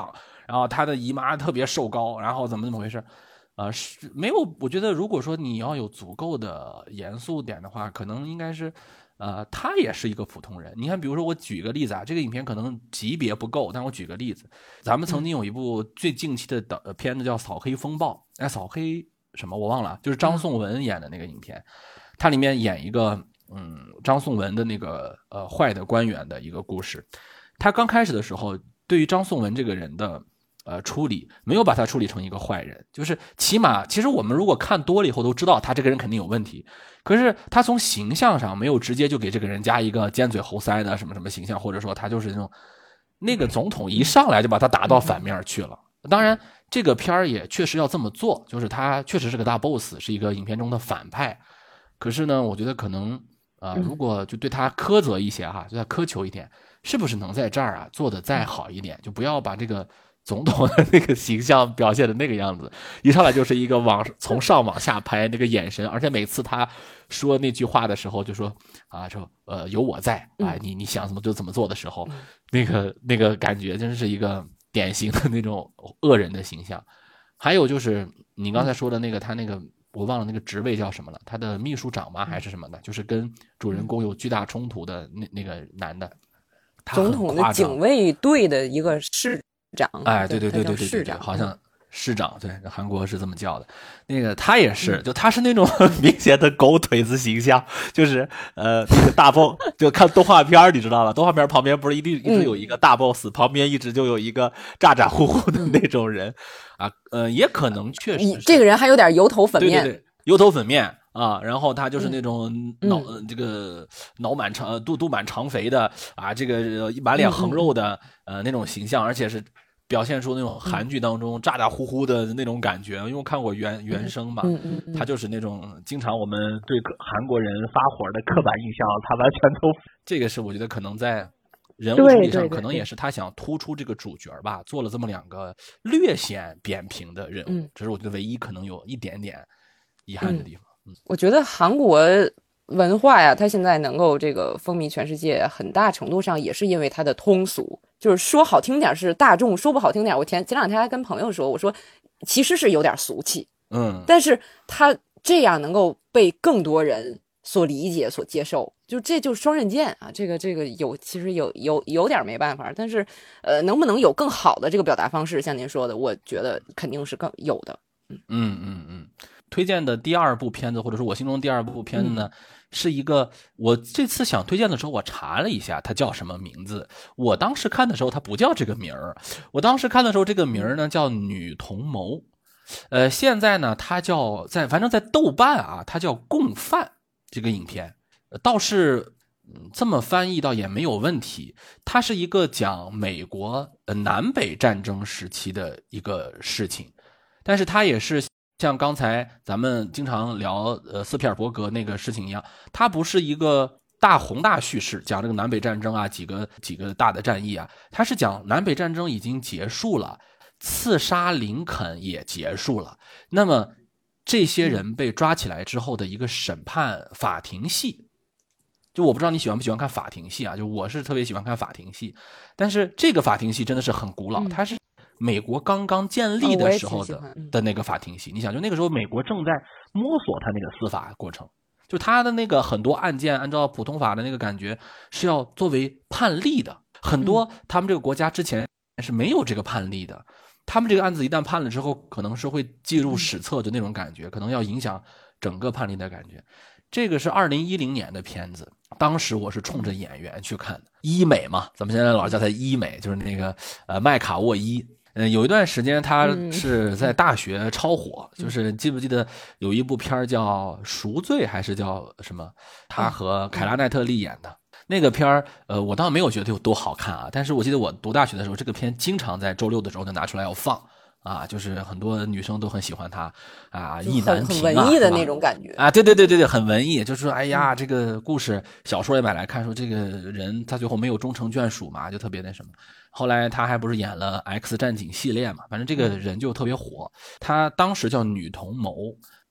S1: 然后他的姨妈特别瘦高，然后怎么怎么回事？呃，是没有，我觉得如果说你要有足够的严肃点的话，可能应该是，呃，他也是一个普通人。你看，比如说我举个例子啊，这个影片可能级别不够，但我举个例子，咱们曾经有一部最近期的的片子叫《扫黑风暴》，哎，扫黑什么我忘了，就是张颂文演的那个影片，它里面演一个嗯张颂文的那个呃坏的官员的一个故事。他刚开始的时候，对于张颂文这个人的。呃，处理没有把他处理成一个坏人，就是起码，其实我们如果看多了以后都知道他这个人肯定有问题，可是他从形象上没有直接就给这个人加一个尖嘴猴腮的什么什么形象，或者说他就是那种那个总统一上来就把他打到反面去了。当然，这个片儿也确实要这么做，就是他确实是个大 boss， 是一个影片中的反派。可是呢，我觉得可能啊、呃，如果就对他苛责一些哈，对他苛求一点，是不是能在这儿啊做的再好一点？就不要把这个。总统的那个形象表现的那个样子，一上来就是一个往从上往下拍那个眼神，而且每次他说那句话的时候就说啊，说呃有我在啊，你你想怎么就怎么做的时候，那个那个感觉真是一个典型的那种恶人的形象。还有就是你刚才说的那个他那个我忘了那个职位叫什么了，他的秘书长吗还是什么的，就是跟主人公有巨大冲突的那那个男的，
S2: 总统的警卫队的一个市长，
S1: 哎，对对对对对对对，好像市长，对，韩国是这么叫的。那个他也是，就他是那种明显的狗腿子形象，就是呃那个大 boss， 就看动画片你知道了，动画片旁边不是一定一直有一个大 boss，、嗯、旁边一直就有一个咋咋呼呼的那种人、嗯、啊，呃，也可能确实
S2: 这个人还有点油头粉面，
S1: 对对对，油头粉面。啊，然后他就是那种脑、嗯、这个脑满肠肚肚满肠肥的啊，这个满脸横肉的、嗯、呃那种形象，而且是表现出那种韩剧当中咋咋呼呼的那种感觉。因为我看过原原声嘛，
S2: 嗯嗯嗯、
S1: 他就是那种经常我们对韩国人发火的刻板印象，他完全都这个是我觉得可能在人物处理上，可能也是他想突出这个主角吧，做了这么两个略显扁平的人物，
S2: 嗯、
S1: 这是我觉得唯一可能有一点点遗憾的地方。
S2: 嗯我觉得韩国文化呀，它现在能够这个风靡全世界，很大程度上也是因为它的通俗，就是说好听点是大众，说不好听点，我前前两天还跟朋友说，我说其实是有点俗气，
S1: 嗯，
S2: 但是它这样能够被更多人所理解、所接受，就这就是双刃剑啊！这个这个有其实有有有点没办法，但是呃，能不能有更好的这个表达方式？像您说的，我觉得肯定是更有的。
S1: 嗯嗯嗯嗯。推荐的第二部片子，或者说我心中第二部片子呢，嗯、是一个我这次想推荐的时候，我查了一下，它叫什么名字。我当时看的时候，它不叫这个名儿。我当时看的时候，这个名儿呢叫《女同谋》。呃，现在呢，它叫在反正在豆瓣啊，它叫《共犯》这个影片，倒是、嗯、这么翻译倒也没有问题。它是一个讲美国、呃、南北战争时期的一个事情，但是它也是。像刚才咱们经常聊呃斯皮尔伯格那个事情一样，它不是一个大宏大叙事，讲这个南北战争啊，几个几个大的战役啊，它是讲南北战争已经结束了，刺杀林肯也结束了，那么这些人被抓起来之后的一个审判法庭戏。就我不知道你喜欢不喜欢看法庭戏啊，就我是特别喜欢看法庭戏，但是这个法庭戏真的是很古老，它是美国刚刚建立的时候的、哦嗯、的那个法庭戏，你想，就那个时候美国正在摸索他那个司法过程，就他的那个很多案件，按照普通法的那个感觉是要作为判例的，很多他们这个国家之前是没有这个判例的，嗯、他们这个案子一旦判了之后，可能是会记入史册的那种感觉，可能要影响整个判例的感觉。这个是二零一零年的片子，当时我是冲着演员去看的，医美嘛，咱们现在老叫他医美，就是那个呃麦卡沃伊。嗯、呃，有一段时间他是在大学超火，嗯、就是记不记得有一部片叫《赎罪》还是叫什么？他和凯拉奈特利演的、嗯、那个片儿，呃，我倒没有觉得有多好看啊，但是我记得我读大学的时候，这个片经常在周六的时候就拿出来要放。啊，就是很多女生都很喜欢他啊，意难平啊，
S2: 很文艺的那种感觉
S1: 啊，对对对对对，很文艺，就是说，哎呀，这个故事小说也买来看，说这个人他最后没有终成眷属嘛，就特别那什么。后来他还不是演了 X 战警系列嘛，反正这个人就特别火。他当时叫女同谋，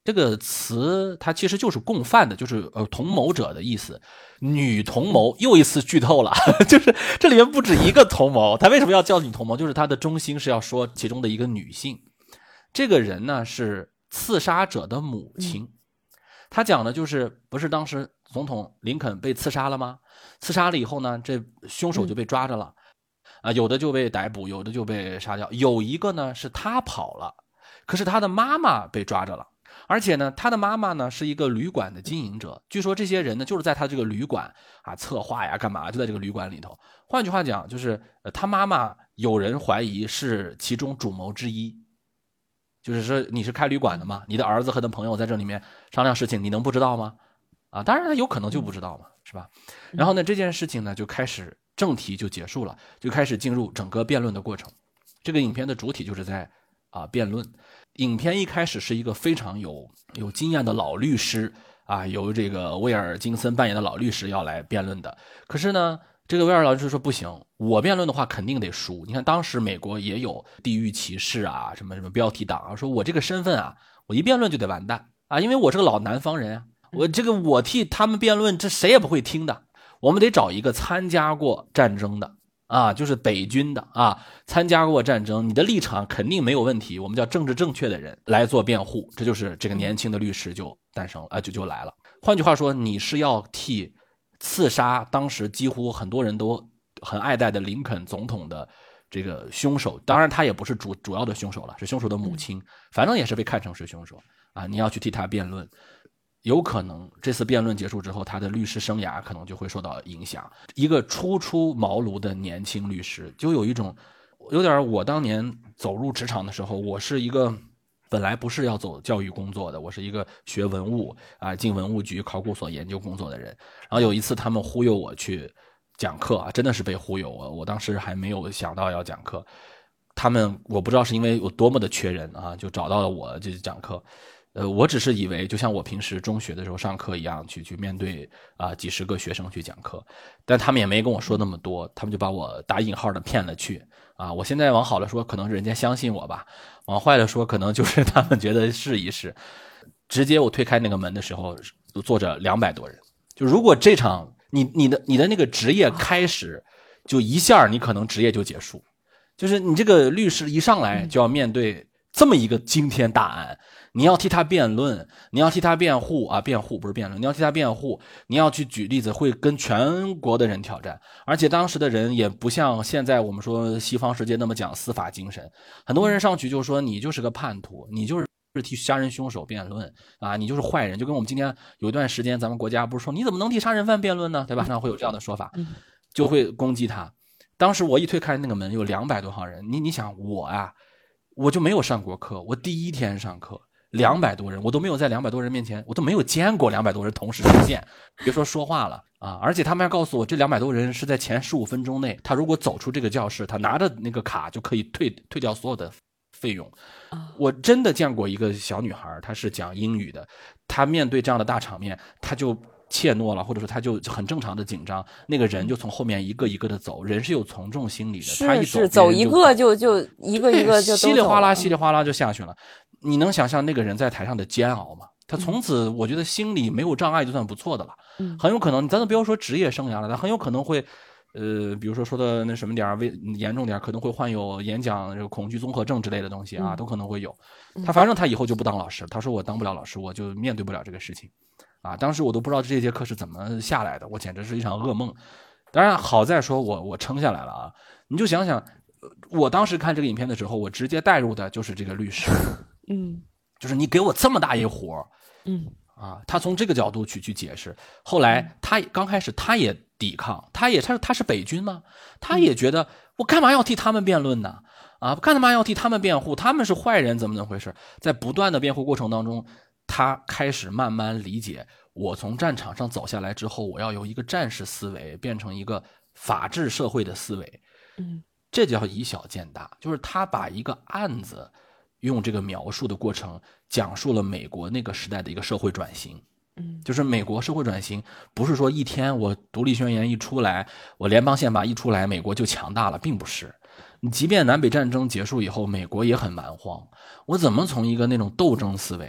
S1: 这个词它其实就是共犯的，就是呃同谋者的意思。女同谋又一次剧透了，就是这里面不止一个同谋。他为什么要叫女同谋？就是他的中心是要说其中的一个女性。这个人呢是刺杀者的母亲。嗯、他讲的就是不是当时总统林肯被刺杀了吗？刺杀了以后呢，这凶手就被抓着了。啊、呃，有的就被逮捕，有的就被杀掉。有一个呢是他跑了，可是他的妈妈被抓着了。而且呢，他的妈妈呢是一个旅馆的经营者，据说这些人呢就是在他这个旅馆啊策划呀干嘛，就在这个旅馆里头。换句话讲，就是呃他妈妈有人怀疑是其中主谋之一，就是说你是开旅馆的嘛，你的儿子和他朋友在这里面商量事情，你能不知道吗？啊，当然他有可能就不知道嘛，是吧？然后呢，这件事情呢就开始正题就结束了，就开始进入整个辩论的过程。这个影片的主体就是在啊辩论。影片一开始是一个非常有有经验的老律师啊，由这个威尔金森扮演的老律师要来辩论的。可是呢，这个威尔老律师说不行，我辩论的话肯定得输。你看当时美国也有地域歧视啊，什么什么标题党啊，说我这个身份啊，我一辩论就得完蛋啊，因为我是个老南方人啊，我这个我替他们辩论，这谁也不会听的。我们得找一个参加过战争的。啊，就是北军的啊，参加过战争，你的立场肯定没有问题，我们叫政治正确的人来做辩护，这就是这个年轻的律师就诞生了啊，就就来了。换句话说，你是要替刺杀当时几乎很多人都很爱戴的林肯总统的这个凶手，当然他也不是主主要的凶手了，是凶手的母亲，反正也是被看成是凶手啊，你要去替他辩论。有可能这次辩论结束之后，他的律师生涯可能就会受到影响。一个初出茅庐的年轻律师，就有一种有点我当年走入职场的时候，我是一个本来不是要走教育工作的，我是一个学文物啊，进文物局考古所研究工作的人。然后有一次他们忽悠我去讲课啊，真的是被忽悠啊！我当时还没有想到要讲课，他们我不知道是因为有多么的缺人啊，就找到了我就讲课。呃，我只是以为就像我平时中学的时候上课一样，去去面对啊、呃、几十个学生去讲课，但他们也没跟我说那么多，他们就把我打引号的骗了去啊。我现在往好了说，可能人家相信我吧；往坏了说，可能就是他们觉得试一试。直接我推开那个门的时候，坐着两百多人。就如果这场你你的你的那个职业开始，就一下你可能职业就结束，就是你这个律师一上来就要面对这么一个惊天大案。你要替他辩论，你要替他辩护啊，辩护不是辩论，你要替他辩护，你要去举例子，会跟全国的人挑战。而且当时的人也不像现在我们说西方世界那么讲司法精神，很多人上去就说你就是个叛徒，你就是替杀人凶手辩论啊，你就是坏人。就跟我们今天有一段时间咱们国家不是说你怎么能替杀人犯辩论呢，对吧？那会有这样的说法，就会攻击他。当时我一推开那个门，有两百多号人，你你想我啊，我就没有上过课，我第一天上课。两百多人，我都没有在两百多人面前，我都没有见过两百多人同时出现，别说说话了啊！而且他们还告诉我，这两百多人是在前十五分钟内，他如果走出这个教室，他拿着那个卡就可以退退掉所有的费用。我真的见过一个小女孩，她是讲英语的，她面对这样的大场面，她就怯懦了，或者说她就很正常的紧张，那个人就从后面一个一个的走，人是有从众心理的，
S2: 是
S1: 他一走
S2: 是走一个就就一个一个就都
S1: 稀里哗啦稀里哗啦就下去了。你能想象那个人在台上的煎熬吗？他从此我觉得心里没有障碍就算不错的了。嗯，很有可能咱都不要说职业生涯了，他很有可能会呃比如说说的那什么点危严重点，可能会患有演讲这个恐惧综合症之类的东西啊，都可能会有。他反正他以后就不当老师，他说我当不了老师，我就面对不了这个事情啊。当时我都不知道这节课是怎么下来的，我简直是一场噩梦。当然好在说我我撑下来了啊。你就想想我当时看这个影片的时候，我直接带入的就是这个律师。
S2: 嗯，
S1: 就是你给我这么大一活，
S2: 嗯
S1: 啊，他从这个角度去去解释。后来他刚开始他也抵抗，他也他他是北军吗？他也觉得我干嘛要替他们辩论呢？啊，干嘛要替他们辩护？他们是坏人，怎么怎么回事？在不断的辩护过程当中，他开始慢慢理解，我从战场上走下来之后，我要由一个战士思维变成一个法治社会的思维。
S2: 嗯，
S1: 这叫以小见大，就是他把一个案子。用这个描述的过程讲述了美国那个时代的一个社会转型。
S2: 嗯，
S1: 就是美国社会转型不是说一天我独立宣言一出来，我联邦宪法一出来，美国就强大了，并不是。你即便南北战争结束以后，美国也很蛮荒，我怎么从一个那种斗争思维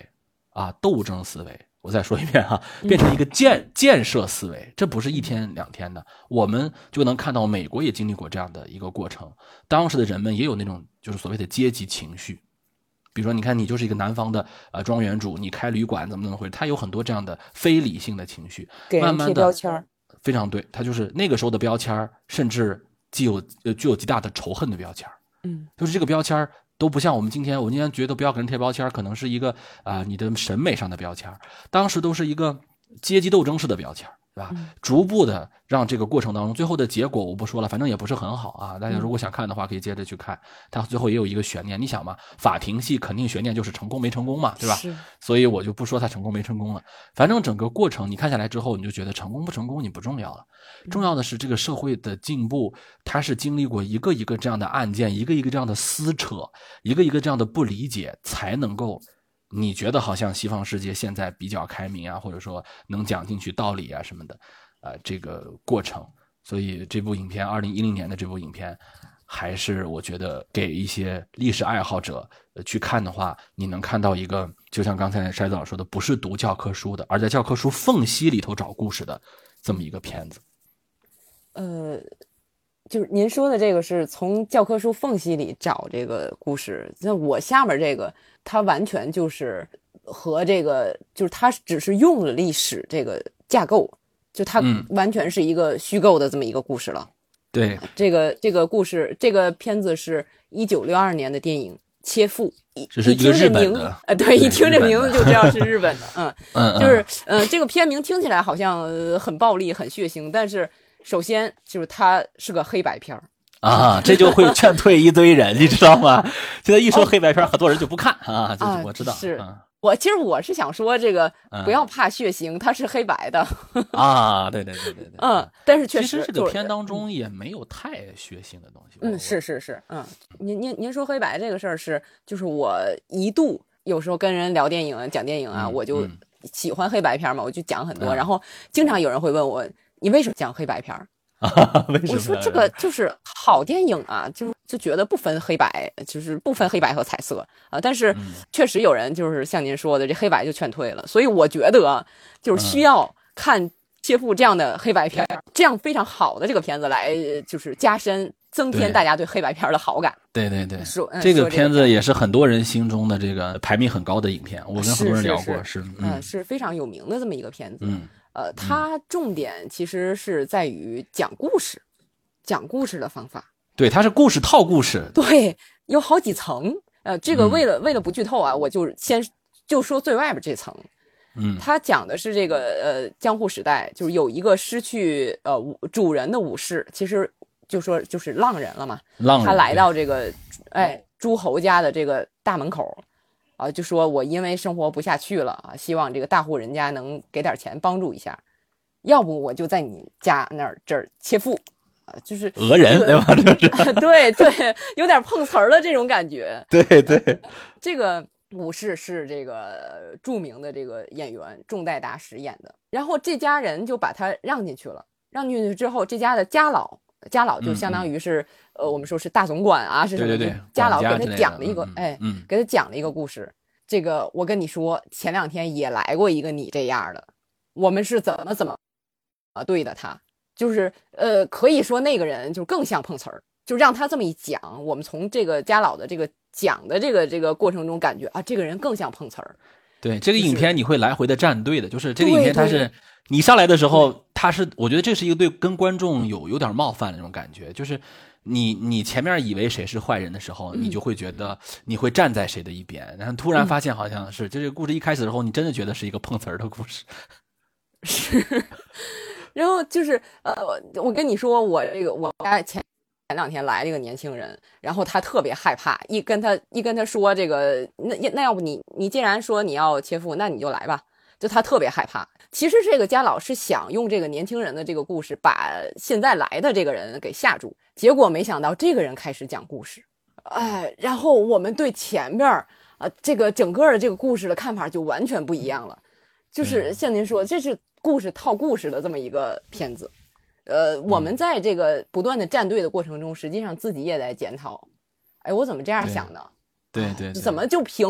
S1: 啊斗争思维。我再说一遍哈，变成一个建建设思维，这不是一天两天的。我们就能看到美国也经历过这样的一个过程，当时的人们也有那种就是所谓的阶级情绪。比如说你看你就是一个南方的呃庄园主，你开旅馆怎么怎么回事，他有很多这样的非理性的情绪，
S2: 给人贴标签，
S1: 非常对，他就是那个时候的标签，甚至既有呃具有极大的仇恨的标签。
S2: 嗯，
S1: 就是这个标签都不像我们今天，我们今天觉得不要给人贴标签，可能是一个啊、呃、你的审美上的标签，当时都是一个阶级斗争式的标签，对吧？
S2: 嗯、
S1: 逐步的让这个过程当中，最后的结果我不说了，反正也不是很好啊。大家如果想看的话，可以接着去看。它最后也有一个悬念，你想嘛，法庭戏肯定悬念就是成功没成功嘛，对吧？所以我就不说它成功没成功了。反正整个过程你看下来之后，你就觉得成功不成功你不重要了，重要的是这个社会的进步，它是经历过一个一个这样的案件，一个一个这样的撕扯，一个一个这样的不理解，才能够。你觉得好像西方世界现在比较开明啊，或者说能讲进去道理啊什么的，呃，这个过程。所以这部影片二零一零年的这部影片，还是我觉得给一些历史爱好者、呃、去看的话，你能看到一个就像刚才筛子老说的，不是读教科书的，而在教科书缝隙里头找故事的这么一个片子。
S2: 呃。就是您说的这个是从教科书缝隙里找这个故事，那我下面这个它完全就是和这个就是它只是用了历史这个架构，就它完全是一个虚构的这么一个故事了。
S1: 嗯、对，
S2: 这个这个故事这个片子是一九六二年的电影《切腹》，
S1: 这是一个日本的，
S2: 呃，对，一听这名字就知道是日本的，嗯
S1: 嗯，
S2: 就是呃这个片名听起来好像、呃、很暴力很血腥，但是。首先就是它是个黑白片
S1: 啊，这就会劝退一堆人，你知道吗？现在一说黑白片，哦、很多人就不看啊。这我知道，
S2: 是、
S1: 嗯、
S2: 我其实我是想说这个不要怕血腥，嗯、它是黑白的
S1: 啊。对对对对对，
S2: 嗯，但是确实，
S1: 其实这个片当中也没有太血腥的东西。
S2: 嗯，是是是，嗯，您您您说黑白这个事儿是，就是我一度有时候跟人聊电影、讲电影啊，
S1: 嗯、
S2: 我就喜欢黑白片嘛，我就讲很多，
S1: 嗯、
S2: 然后经常有人会问我。你为什么讲黑白片儿？
S1: 为什么？
S2: 我说这个就是好电影啊，就就觉得不分黑白，就是不分黑白和彩色啊。但是确实有人就是像您说的，这黑白就劝退了。所以我觉得就是需要看切腹这样的黑白片，嗯、这样非常好的这个片子来就是加深增添大家对黑白片的好感。
S1: 对对对，
S2: 说、嗯、
S1: 这个片子也是很多人心中的这个排名很高的影片。我跟很多人聊过，
S2: 是
S1: 是
S2: 嗯是非常有名的这么一个片子。
S1: 嗯。
S2: 呃，它重点其实是在于讲故事，讲故事的方法。
S1: 对，它是故事套故事。
S2: 对，有好几层。呃，这个为了、嗯、为了不剧透啊，我就先就说最外边这层。
S1: 嗯，
S2: 它讲的是这个呃江户时代，就是有一个失去呃主人的武士，其实就说就是浪人了嘛。
S1: 浪人。
S2: 他来到这个哎诸侯家的这个大门口。啊，就说我因为生活不下去了啊，希望这个大户人家能给点钱帮助一下，要不我就在你家那儿这儿切腹啊，就是
S1: 讹人对吧？就是
S2: 对对，有点碰瓷儿的这种感觉。
S1: 对对，
S2: 这个武士是这个著名的这个演员重代大使演的，然后这家人就把他让进去了，让进去之后，这家的家老。家老就相当于是、嗯、呃，我们说是大总管啊，是什么？
S1: 对对对，
S2: 家老给他讲了一个，
S1: 嗯、
S2: 哎，
S1: 嗯，
S2: 给他讲了一个故事。这个我跟你说，前两天也来过一个你这样的，我们是怎么怎么啊对的他，就是呃，可以说那个人就更像碰瓷儿，就让他这么一讲，我们从这个家老的这个讲的这个这个过程中感觉啊，这个人更像碰瓷儿。
S1: 对，这个影片你会来回的站队的，就是这个影片它是你上来的时候，它是我觉得这是一个对跟观众有有点冒犯的那种感觉，就是你你前面以为谁是坏人的时候，你就会觉得你会站在谁的一边，然后突然发现好像是这个故事一开始的时候，你真的觉得是一个碰瓷儿的故事。
S2: 是，然后就是呃，我跟你说，我这个我家前。前两天来这个年轻人，然后他特别害怕，一跟他一跟他说这个，那那要不你你既然说你要切腹，那你就来吧，就他特别害怕。其实这个家老是想用这个年轻人的这个故事，把现在来的这个人给吓住，结果没想到这个人开始讲故事，哎，然后我们对前边啊、呃、这个整个的这个故事的看法就完全不一样了，就是像您说，这是故事套故事的这么一个片子。呃，我们在这个不断的站队的过程中，实际上自己也在检讨，哎，我怎么这样想的？
S1: 对对，
S2: 怎么就凭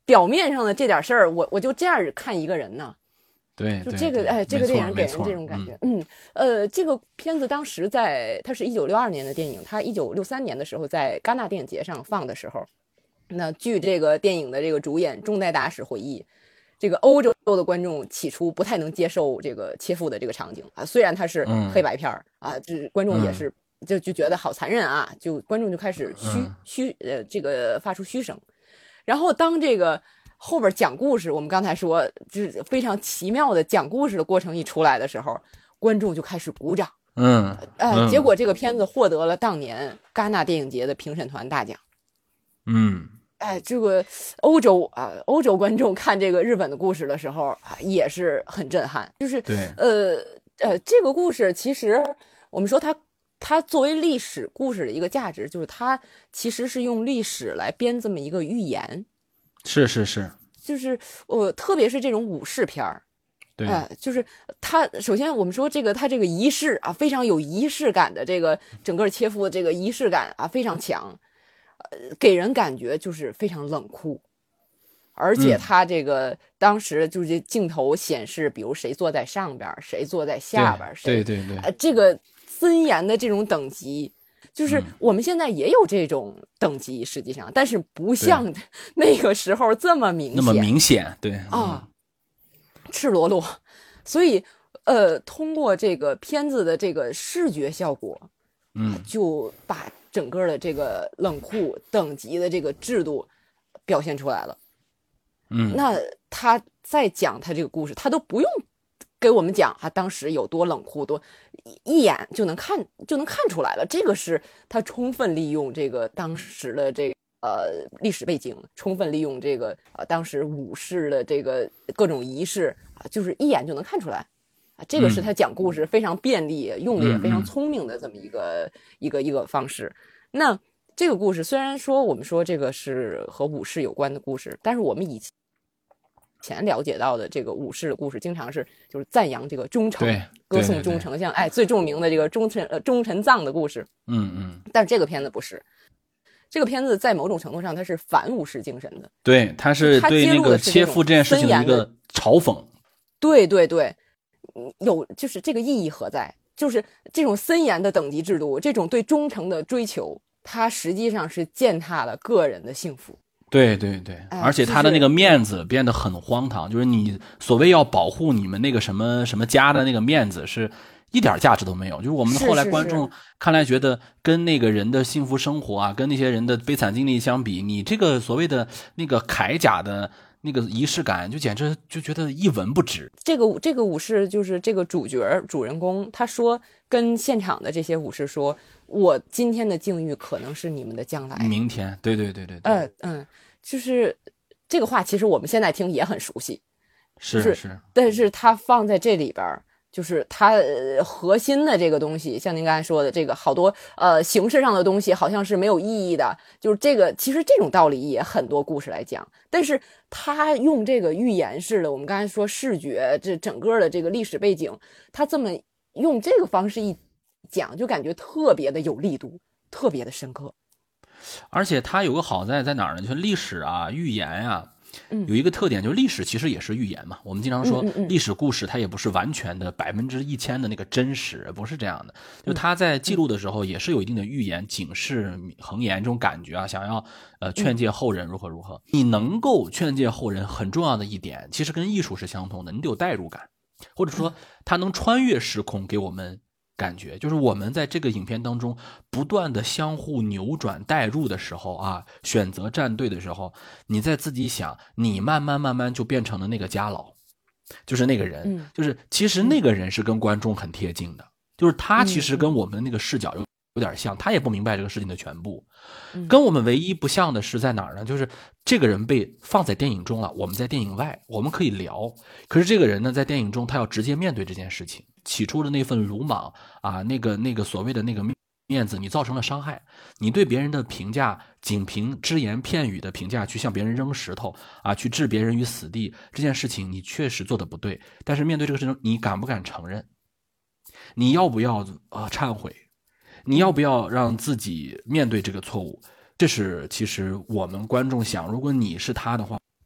S2: 表面上的这点事儿，我我就这样看一个人呢。
S1: 对，
S2: 就这个哎，这个电影给人这种感觉。嗯, 嗯，呃，这个片子当时在它是一九六二年的电影，它一九六三年的时候在戛纳电影节上放的时候，那据这个电影的这个主演中代达史回忆，这个欧洲的观众起初不太能接受这个切腹的这个场景啊，虽然它是黑白片、嗯、啊，这观众也是、嗯、就就觉得好残忍啊，就观众就开始嘘、嗯、嘘呃这个发出嘘声，然后当这个。后边讲故事，我们刚才说就是非常奇妙的讲故事的过程一出来的时候，观众就开始鼓掌。
S1: 嗯，
S2: 呃，
S1: 嗯
S2: 结果这个片子获得了当年戛纳电影节的评审团大奖。
S1: 嗯，
S2: 哎，这个欧洲啊，欧洲观众看这个日本的故事的时候啊，也是很震撼。就是
S1: 对，
S2: 呃呃，这个故事其实我们说它它作为历史故事的一个价值，就是它其实是用历史来编这么一个寓言。
S1: 是是是，
S2: 就是呃，特别是这种武士片儿，
S1: 对，
S2: 呃，就是它首先我们说这个它这个仪式啊，非常有仪式感的这个整个切腹的这个仪式感啊非常强，呃，给人感觉就是非常冷酷，而且它这个、嗯、当时就是镜头显示，比如谁坐在上边，谁坐在下边，
S1: 对对对对、
S2: 呃，这个森严的这种等级。就是我们现在也有这种等级，实际上，但是不像那个时候这么明显，
S1: 那么明显，对
S2: 啊、嗯，赤裸裸。所以，呃，通过这个片子的这个视觉效果，
S1: 嗯，
S2: 就把整个的这个冷酷等级的这个制度表现出来了。
S1: 嗯，
S2: 那他再讲他这个故事，他都不用给我们讲他当时有多冷酷，多一眼就能看就能看出来了。这个是他充分利用这个当时的这个、呃历史背景，充分利用这个呃当时武士的这个各种仪式啊，就是一眼就能看出来啊。这个是他讲故事非常便利、嗯、用的也非常聪明的这么一个、嗯、一个一个方式。那这个故事虽然说我们说这个是和武士有关的故事，但是我们以前前了解到的这个武士的故事，经常是就是赞扬这个忠诚，歌颂忠诚，像哎最著名的这个忠臣呃忠臣藏的故事，
S1: 嗯嗯。
S2: 但是这个片子不是，这个片子在某种程度上它是反武士精神的，
S1: 对，它是对那个切腹这件事情的一个嘲讽。
S2: 对对对，有就是这个意义何在？就是这种森严的等级制度，这种对忠诚的追求，它实际上是践踏了个人的幸福。
S1: 对对对，而且他的那个面子变得很荒唐，就是你所谓要保护你们那个什么什么家的那个面子，是一点价值都没有。就是我们后来观众看来觉得跟那个人的幸福生活啊，跟那些人的悲惨经历相比，你这个所谓的那个铠甲的那个仪式感，就简直就觉得一文不值。
S2: 这个这个武士就是这个主角主人公，他说跟现场的这些武士说，我今天的境遇可能是你们的将来，
S1: 明天。对对对对对，
S2: 嗯嗯。就是这个话，其实我们现在听也很熟悉，
S1: 是、
S2: 就是
S1: 是，
S2: 但是它放在这里边，就是它、呃、核心的这个东西，像您刚才说的，这个好多呃形式上的东西好像是没有意义的，就是这个其实这种道理也很多故事来讲，但是他用这个寓言式的，我们刚才说视觉，这整个的这个历史背景，他这么用这个方式一讲，就感觉特别的有力度，特别的深刻。
S1: 而且它有个好在在哪儿呢？就是历史啊、寓言啊，有一个特点，就是历史其实也是寓言嘛。我们经常说历史故事，它也不是完全的百分之一千的那个真实，不是这样的。就它在记录的时候，也是有一定的寓言、警示、恒言这种感觉啊，想要呃劝诫后人如何如何。你能够劝诫后人，很重要的一点，其实跟艺术是相通的，你得有代入感，或者说它能穿越时空给我们。感觉就是我们在这个影片当中不断的相互扭转代入的时候啊，选择站队的时候，你在自己想，你慢慢慢慢就变成了那个家老，就是那个人、嗯、就是其实那个人是跟观众很贴近的，就是他其实跟我们那个视角有有点像，他也不明白这个事情的全部，跟我们唯一不像的是在哪儿呢？就是这个人被放在电影中了，我们在电影外我们可以聊，可是这个人呢在电影中他要直接面对这件事情，起初的那份鲁莽啊，那个那个所谓的那个面子，你造成了伤害，你对别人的评价仅凭只言片语的评价去向别人扔石头啊，去置别人于死地，这件事情你确实做的不对，但是面对这个事情你敢不敢承认？你要不要呃忏悔？你要不要让自己面对这个错误？这是其实我们观众想，如果你是他的话，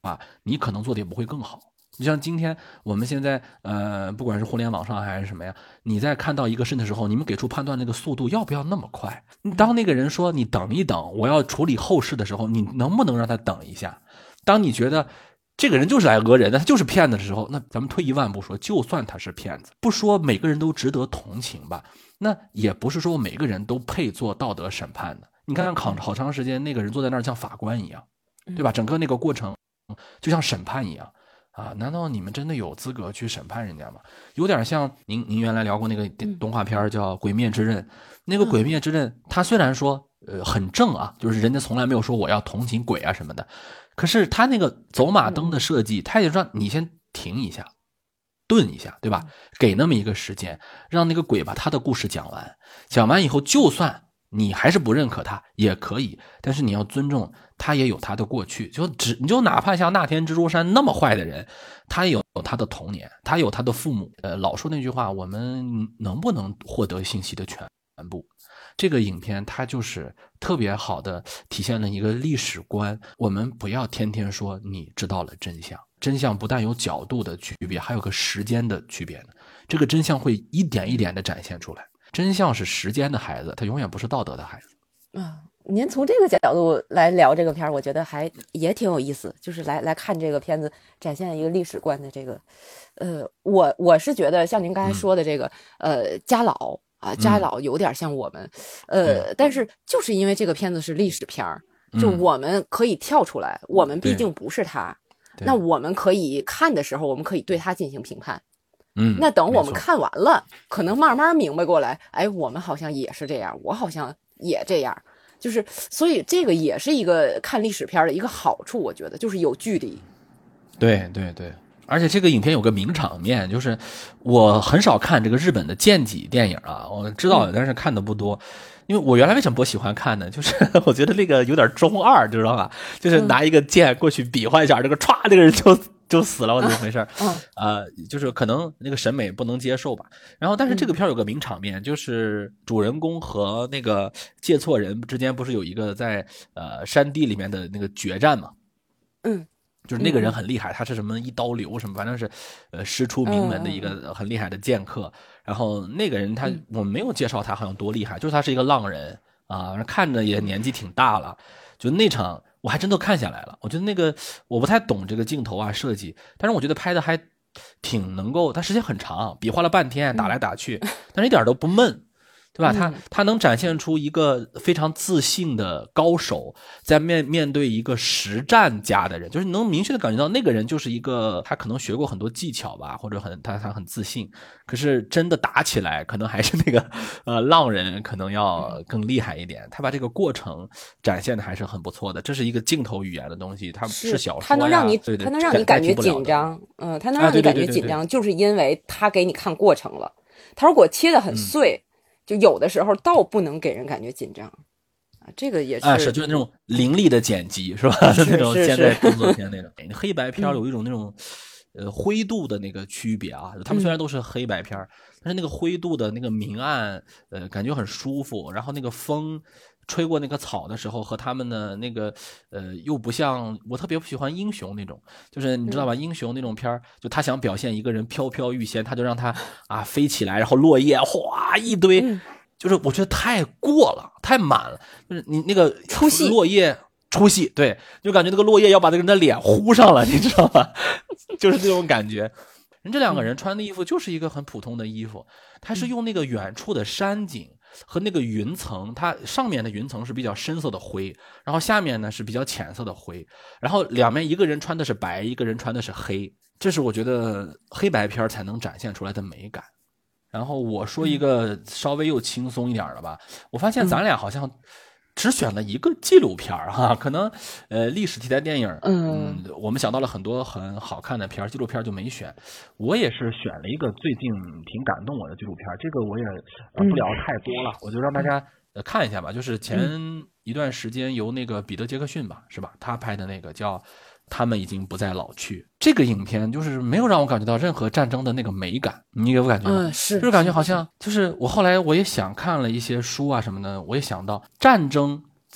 S1: 话，你可能做的也不会更好。就像今天我们现在呃，不管是互联网上还是什么呀，你在看到一个事的时候，你们给出判断那个速度要不要那么快？当那个人说你等一等，我要处理后事的时候，你能不能让他等一下？当你觉得这个人就是来讹人的，他就是骗子的时候，那咱们退一万步说，就算他是骗子，不说每个人都值得同情吧，那也不是说每个人都配做道德审判的。你看看好长时间那个人坐在那儿像法官一样，对吧？整个那个过程就像审判一样啊，难道你们真的有资格去审判人家吗？有点像您您原来聊过那个动画片叫《鬼灭之刃》，那个《鬼灭之刃》它虽然说呃很正啊，就是人家从来没有说我要同情鬼啊什么的，可是他那个走马灯的设计，他也让你先停一下，顿一下，对吧？给那么一个时间，让那个鬼把他的故事讲完，讲完以后，就算你还是不认可他也可以，但是你要尊重他也有他的过去，就只你就哪怕像那天蜘蛛山那么坏的人，他也有他的童年，他有他的父母。呃，老说那句话，我们能不能获得信息的全部？这个影片它就是特别好的体现了一个历史观，我们不要天天说你知道了真相，真相不但有角度的区别，还有个时间的区别呢。这个真相会一点一点的展现出来，真相是时间的孩子，他永远不是道德的孩子。
S2: 啊，您从这个角度来聊这个片儿，我觉得还也挺有意思，就是来来看这个片子展现一个历史观的这个，呃，我我是觉得像您刚才说的这个，嗯、呃，家老。啊，家老有点像我们，嗯、呃，但是就是因为这个片子是历史片儿，嗯、就我们可以跳出来，我们毕竟不是他，那我们可以看的时候，我们可以对他进行评判。
S1: 嗯，
S2: 那等我们看完了，可能慢慢明白过来，哎，我们好像也是这样，我好像也这样，就是所以这个也是一个看历史片的一个好处，我觉得就是有距离。
S1: 对对对。而且这个影片有个名场面，就是我很少看这个日本的剑戟电影啊，我知道，但是看的不多。因为我原来为什么不喜欢看呢？就是我觉得那个有点中二，知道吧？就是拿一个剑过去比划一下，这个歘，那个人就就死了，我怎么回事？呃，就是可能那个审美不能接受吧。然后，但是这个片有个名场面，就是主人公和那个借错人之间不是有一个在呃山地里面的那个决战嘛？
S2: 嗯。
S1: 就是那个人很厉害，他是什么一刀流什么，反正是呃师出名门的一个很厉害的剑客。然后那个人他我没有介绍他好像多厉害，就是他是一个浪人啊，看着也年纪挺大了。就那场我还真都看下来了，我觉得那个我不太懂这个镜头啊设计，但是我觉得拍的还挺能够，他时间很长，比划了半天打来打去，但是一点都不闷。对吧？他他能展现出一个非常自信的高手，在面面对一个实战家的人，就是能明确的感觉到那个人就是一个他可能学过很多技巧吧，或者很他他很自信，可是真的打起来，可能还是那个呃浪人可能要更厉害一点。他把这个过程展现的还是很不错的，这是一个镜头语言的东西，它是小说呀，
S2: 他能让你
S1: 对对
S2: 他能让你感觉紧张，嗯、呃，他能让你感觉紧张，就是因为他给你看过程了。他如果切得很碎。嗯就有的时候倒不能给人感觉紧张啊，这个也是
S1: 啊，是就是那种凌厉的剪辑是吧？
S2: 是
S1: 那种
S2: 是
S1: 现在动作片那种黑白片有一种那种、嗯、呃灰度的那个区别啊。他们虽然都是黑白片、嗯、但是那个灰度的那个明暗，呃，感觉很舒服。然后那个风吹过那个草的时候，和他们的那个呃，又不像我特别不喜欢英雄那种，就是你知道吧？嗯、英雄那种片就他想表现一个人飘飘欲仙，他就让他啊飞起来，然后落叶哗一堆。嗯，就是我觉得太过了，太满了，就是你那个
S2: 出戏
S1: 落叶出戏，对，就感觉那个落叶要把那个人的脸糊上了，你知道吗？就是这种感觉。人这两个人穿的衣服就是一个很普通的衣服，他是用那个远处的山景和那个云层，它上面的云层是比较深色的灰，然后下面呢是比较浅色的灰，然后两面一个人穿的是白，一个人穿的是黑，这是我觉得黑白片才能展现出来的美感。然后我说一个稍微又轻松一点的吧，我发现咱俩好像只选了一个纪录片哈，可能呃历史题材电影，嗯，我们想到了很多很好看的片，纪录片就没选。我也是选了一个最近挺感动我的纪录片，这个我也呃不聊太多了，我就让大家呃看一下吧。就是前一段时间由那个彼得·杰克逊吧，是吧？他拍的那个叫。他们已经不再老去。这个影片就是没有让我感觉到任何战争的那个美感，你有感觉吗？
S2: 嗯，是，
S1: 就是感觉好像就是我后来我也想看了一些书啊什么的，我也想到战争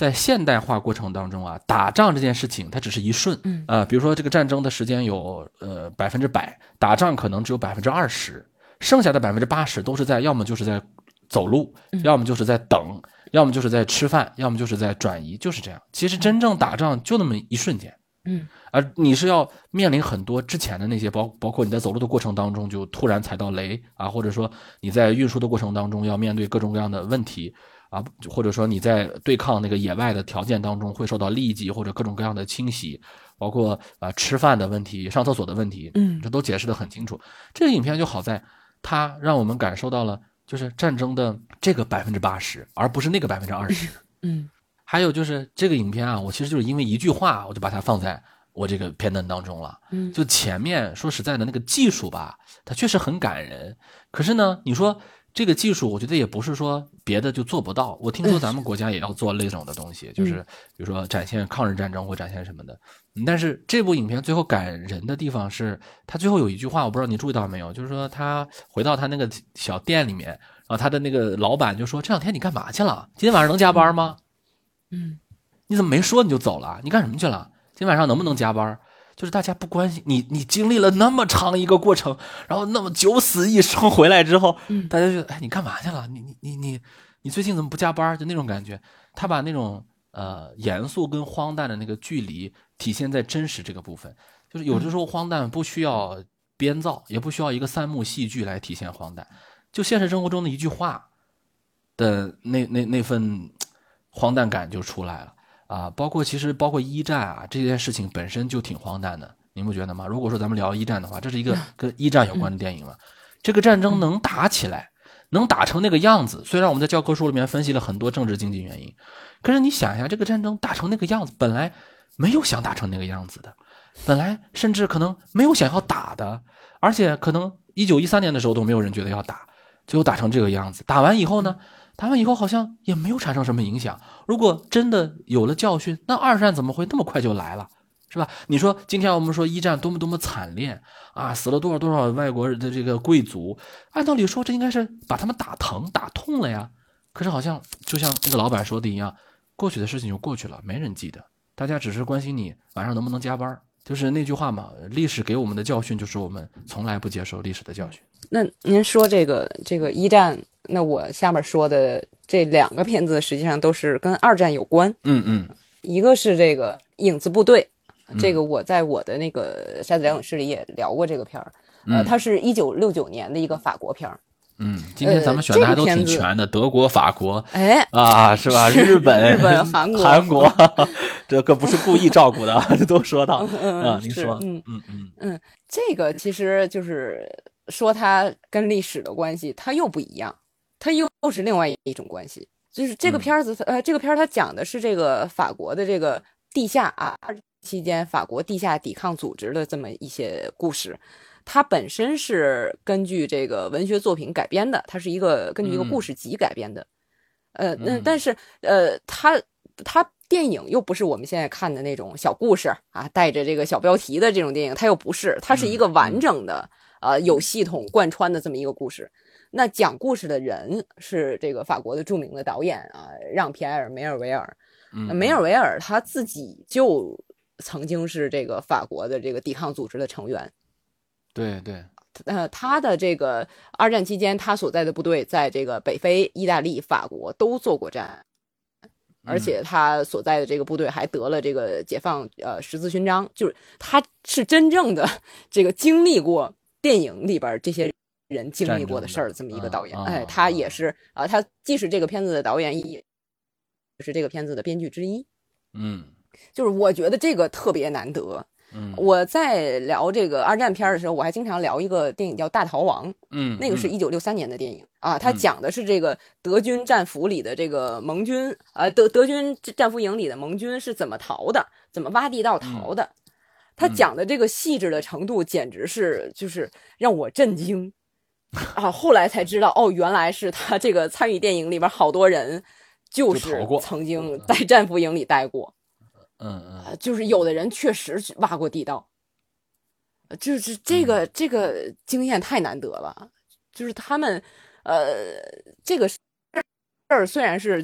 S1: 在现代化过程当中啊，打仗这件事情它只是一瞬，
S2: 嗯
S1: 呃，比如说这个战争的时间有呃百分之百，打仗可能只有百分之二十，剩下的百分之八十都是在要么就是在走路，要么就是在等，要么就是在吃饭，要么就是在转移，就是这样。其实真正打仗就那么一瞬间，
S2: 嗯，
S1: 而你是要面临很多之前的那些，包包括你在走路的过程当中就突然踩到雷啊，或者说你在运输的过程当中要面对各种各样的问题啊，或者说你在对抗那个野外的条件当中会受到痢疾或者各种各样的侵袭，包括啊吃饭的问题、上厕所的问题，
S2: 嗯，
S1: 这都解释得很清楚。这个影片就好在它让我们感受到了就是战争的这个百分之八十，而不是那个百分之二十。
S2: 嗯，
S1: 还有就是这个影片啊，我其实就是因为一句话，我就把它放在我这个片单当中了。
S2: 嗯，
S1: 就前面说实在的那个技术吧，它确实很感人。可是呢，你说这个技术，我觉得也不是说别的就做不到。我听说咱们国家也要做那种的东西，就是比如说展现抗日战争或展现什么的。但是这部影片最后感人的地方是，他最后有一句话，我不知道你注意到没有，就是说他回到他那个小店里面，然后他的那个老板就说：“这两天你干嘛去了？今天晚上能加班吗？”
S2: 嗯，
S1: 你怎么没说你就走了？你干什么去了？今天晚上能不能加班？就是大家不关心你，你经历了那么长一个过程，然后那么九死一生回来之后，
S2: 嗯，
S1: 大家就哎，你干嘛去了？你你你你你最近怎么不加班？就那种感觉，他把那种呃严肃跟荒诞的那个距离体现在真实这个部分。就是有的时候荒诞不需要编造，也不需要一个三幕戏剧来体现荒诞，就现实生活中的一句话的那那那份荒诞感就出来了。啊，包括其实包括一战啊，这件事情本身就挺荒诞的，你不觉得吗？如果说咱们聊一战的话，这是一个跟一战有关的电影了。这个战争能打起来，能打成那个样子，虽然我们在教科书里面分析了很多政治经济原因，可是你想一下，这个战争打成那个样子，本来没有想打成那个样子的，本来甚至可能没有想要打的，而且可能一九一三年的时候都没有人觉得要打，最后打成这个样子，打完以后呢？打完以后好像也没有产生什么影响。如果真的有了教训，那二战怎么会那么快就来了，是吧？你说今天我们说一战多么多么惨烈啊，死了多少多少外国的这个贵族，按道理说这应该是把他们打疼打痛了呀。可是好像就像这个老板说的一样，过去的事情就过去了，没人记得，大家只是关心你晚上能不能加班。就是那句话嘛，历史给我们的教训就是我们从来不接受历史的教训。
S2: 那您说这个这个一战，那我下面说的这两个片子实际上都是跟二战有关。
S1: 嗯嗯，
S2: 一个是这个影子部队，
S1: 嗯
S2: 这个我在我的那个筛子聊影室里也聊过这个片儿。
S1: 嗯、
S2: 呃，它是一九六九年的一个法国片儿。
S1: 嗯，今天咱们选的还都挺全的，呃、德国、法国，
S2: 哎
S1: 啊，是吧？日本、
S2: 日本、韩国、
S1: 韩国，这可不是故意照顾的，都说到。
S2: 嗯
S1: 啊，您说，
S2: 嗯
S1: 嗯嗯
S2: 嗯，这个其实就是说它跟历史的关系，它又不一样，它又又是另外一种关系。就是这个片子，嗯、呃，这个片儿它讲的是这个法国的这个地下啊，二战期间法国地下抵抗组织的这么一些故事。它本身是根据这个文学作品改编的，它是一个根据一个故事集改编的。嗯、呃，那但是呃，它它电影又不是我们现在看的那种小故事啊，带着这个小标题的这种电影，它又不是，它是一个完整的呃有系统贯穿的这么一个故事。那讲故事的人是这个法国的著名的导演啊，让·皮埃尔·梅尔维尔。
S1: 嗯，
S2: 梅尔维尔他自己就曾经是这个法国的这个抵抗组织的成员。
S1: 对对，
S2: 呃，他的这个二战期间，他所在的部队在这个北非、意大利、法国都做过战，而且他所在的这个部队还得了这个解放呃十字勋章，就是他是真正的这个经历过电影里边这些人经历过的事儿的这么一个导演。
S1: 嗯、
S2: 哎，他也是啊、呃，他既是这个片子的导演，也是这个片子的编剧之一。
S1: 嗯，
S2: 就是我觉得这个特别难得。
S1: 嗯，
S2: 我在聊这个二战片的时候，我还经常聊一个电影叫《大逃亡》。
S1: 嗯，
S2: 那个是一九六三年的电影啊，它讲的是这个德军战俘里的这个盟军，呃，德德军战俘营里的盟军是怎么逃的，怎么挖地道逃的。他讲的这个细致的程度，简直是就是让我震惊啊！后来才知道，哦，原来是他这个参与电影里边好多人就是曾经在战俘营里待过。
S1: 嗯嗯，
S2: 就是有的人确实挖过地道，就是这个、嗯、这个经验太难得了。就是他们，呃，这个事儿虽然是就是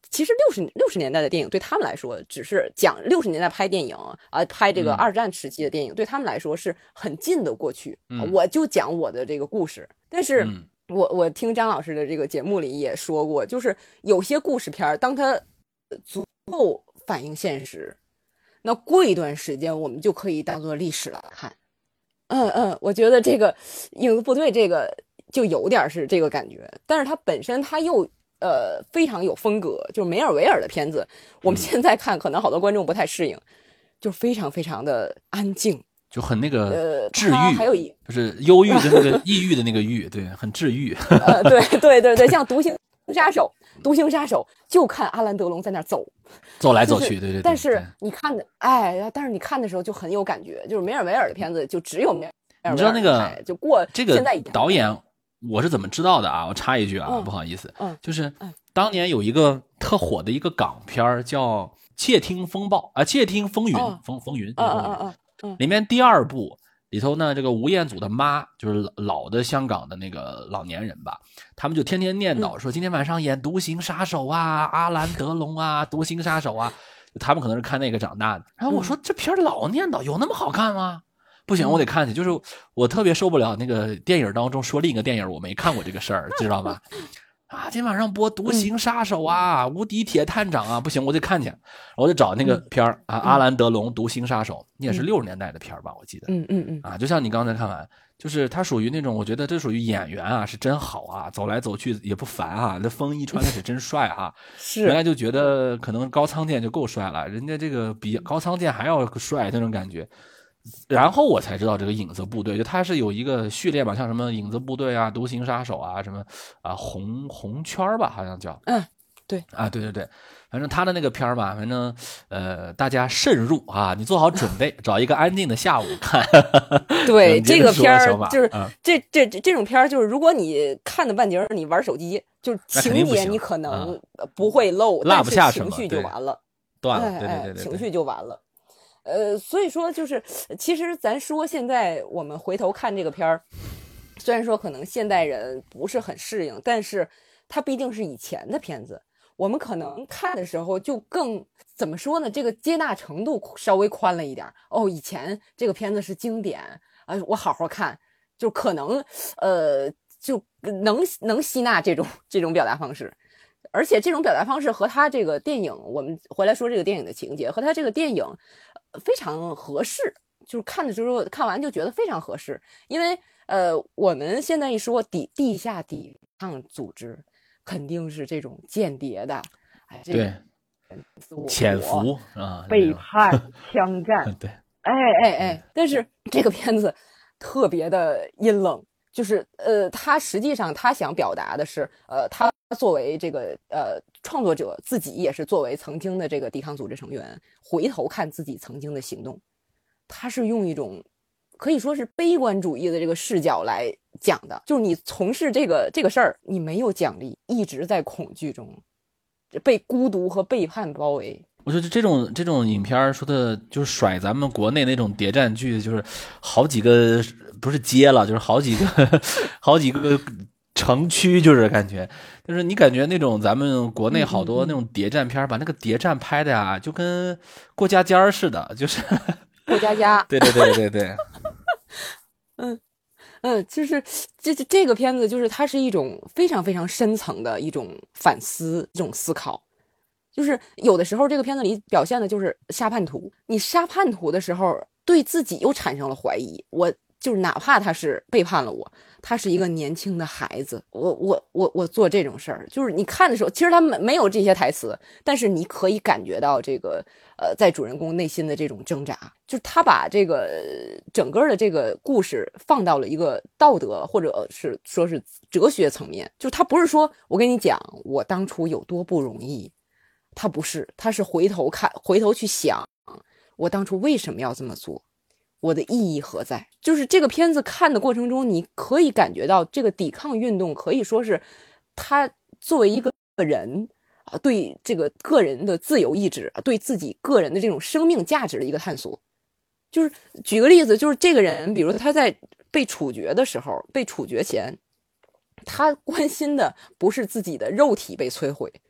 S2: 其实六十六十年代的电影对他们来说，只是讲六十年代拍电影啊，拍这个二战时期的电影，嗯、对他们来说是很近的过去。嗯、我就讲我的这个故事。但是我我听张老师的这个节目里也说过，就是有些故事片，当它足够反映现实，那过一段时间我们就可以当做历史来看。嗯嗯，我觉得这个影子部队这个就有点是这个感觉，但是它本身它又。呃，非常有风格，就是梅尔维尔的片子，我们现在看可能好多观众不太适应，就非常非常的安静，
S1: 就很那个
S2: 呃
S1: 治愈，
S2: 还有一
S1: 就是忧郁的那个抑郁的那个郁，对，很治愈。
S2: 呃，对对对对，像独行杀手，独行杀手就看阿兰德龙在那走，
S1: 走来走去，
S2: 就是、
S1: 对对对。
S2: 但是你看的，哎，但是你看的时候就很有感觉，就是梅尔维尔的片子就只有梅尔维尔，
S1: 你知道那个
S2: 就过
S1: 这个
S2: 现在
S1: 导演。我是怎么知道的啊？我插一句啊，
S2: 嗯、
S1: 不好意思，
S2: 嗯，
S1: 就是当年有一个特火的一个港片叫《窃听风暴》啊，《窃听风云》
S2: 哦、
S1: 风风云，
S2: 嗯嗯嗯嗯，
S1: 里面第二部里头呢，这个吴彦祖的妈就是老的香港的那个老年人吧，他们就天天念叨说今天晚上演《独行杀手》啊，嗯、阿兰德龙啊，《独行杀手》啊，他们可能是看那个长大的。然后我说、嗯、这片老念叨，有那么好看吗？不行，我得看去。就是我特别受不了那个电影当中说另一个电影我没看过这个事儿，知道吗？啊，今晚上播《独行杀手》啊，嗯《无敌铁探长》啊，不行，我得看去。我就找那个片儿、嗯、啊，阿兰德龙《独行杀手》，你也是六十年代的片儿吧？我记得。
S2: 嗯嗯嗯。
S1: 啊，就像你刚才看完，就是他属于那种，我觉得这属于演员啊，是真好啊，走来走去也不烦啊，那风衣穿的是真帅啊。
S2: 是。
S1: 原来就觉得可能高仓健就够帅了，人家这个比高仓健还要帅那种感觉。然后我才知道这个影子部队，就它是有一个序列吧，像什么影子部队啊、独行杀手啊，什么啊红红圈吧，好像叫，
S2: 嗯，对
S1: 啊，对对对，反正他的那个片儿吧，反正呃大家慎入啊，你做好准备，找一个安静的下午看。
S2: 对，这个片儿就是、
S1: 嗯、
S2: 这这这种片儿，就是如果你看的半截你玩手机，就是情节你可能不会漏，
S1: 落不下
S2: 什么，情绪就完了，
S1: 断了，
S2: 哎、
S1: 对对对对，
S2: 情绪就完了。呃，所以说就是，其实咱说现在我们回头看这个片儿，虽然说可能现代人不是很适应，但是它毕竟是以前的片子，我们可能看的时候就更怎么说呢？这个接纳程度稍微宽了一点。哦，以前这个片子是经典啊、呃，我好好看，就可能呃就能能吸纳这种这种表达方式。而且这种表达方式和他这个电影，我们回来说这个电影的情节和他这个电影非常合适，就是看的时候看完就觉得非常合适。因为呃，我们现在一说地地下抵抗组织，肯定是这种间谍的，哎，这
S1: 对，潜伏啊，
S2: 背叛、枪战，
S1: 对，
S2: 哎哎哎，但是这个片子特别的阴冷。就是呃，他实际上他想表达的是，呃，他作为这个呃创作者，自己也是作为曾经的这个抵抗组织成员，回头看自己曾经的行动，他是用一种可以说是悲观主义的这个视角来讲的。就是你从事这个这个事儿，你没有奖励，一直在恐惧中，被孤独和背叛包围。
S1: 我觉得这种这种影片说的就是甩咱们国内那种谍战剧，就是好几个不是街了，就是好几个好几个城区，就是感觉就是你感觉那种咱们国内好多那种谍战片，把那个谍战拍的呀，就跟过家家似的，就是
S2: 过家家。
S1: 对对对对对。
S2: 嗯嗯，就是这这这个片子，就是它是一种非常非常深层的一种反思，一种思考。就是有的时候这个片子里表现的就是杀叛徒，你杀叛徒的时候对自己又产生了怀疑，我就是哪怕他是背叛了我，他是一个年轻的孩子，我我我我做这种事儿，就是你看的时候其实他没没有这些台词，但是你可以感觉到这个呃在主人公内心的这种挣扎，就是他把这个整个的这个故事放到了一个道德或者是说是哲学层面，就是他不是说我跟你讲我当初有多不容易，他不是，他是回头看，回头去想，我当初为什么要这么做，我的意义何在？就是这个片子看的过程中，你可以感觉到这个抵抗运动可以说是他作为一个人啊，对这个个人的自由意志，对自己个人的这种生命价值的一个探索。就是举个例子，就是这个人，比如他在被处决的时候，被处决前，他关心的不是自己的肉体被摧毁。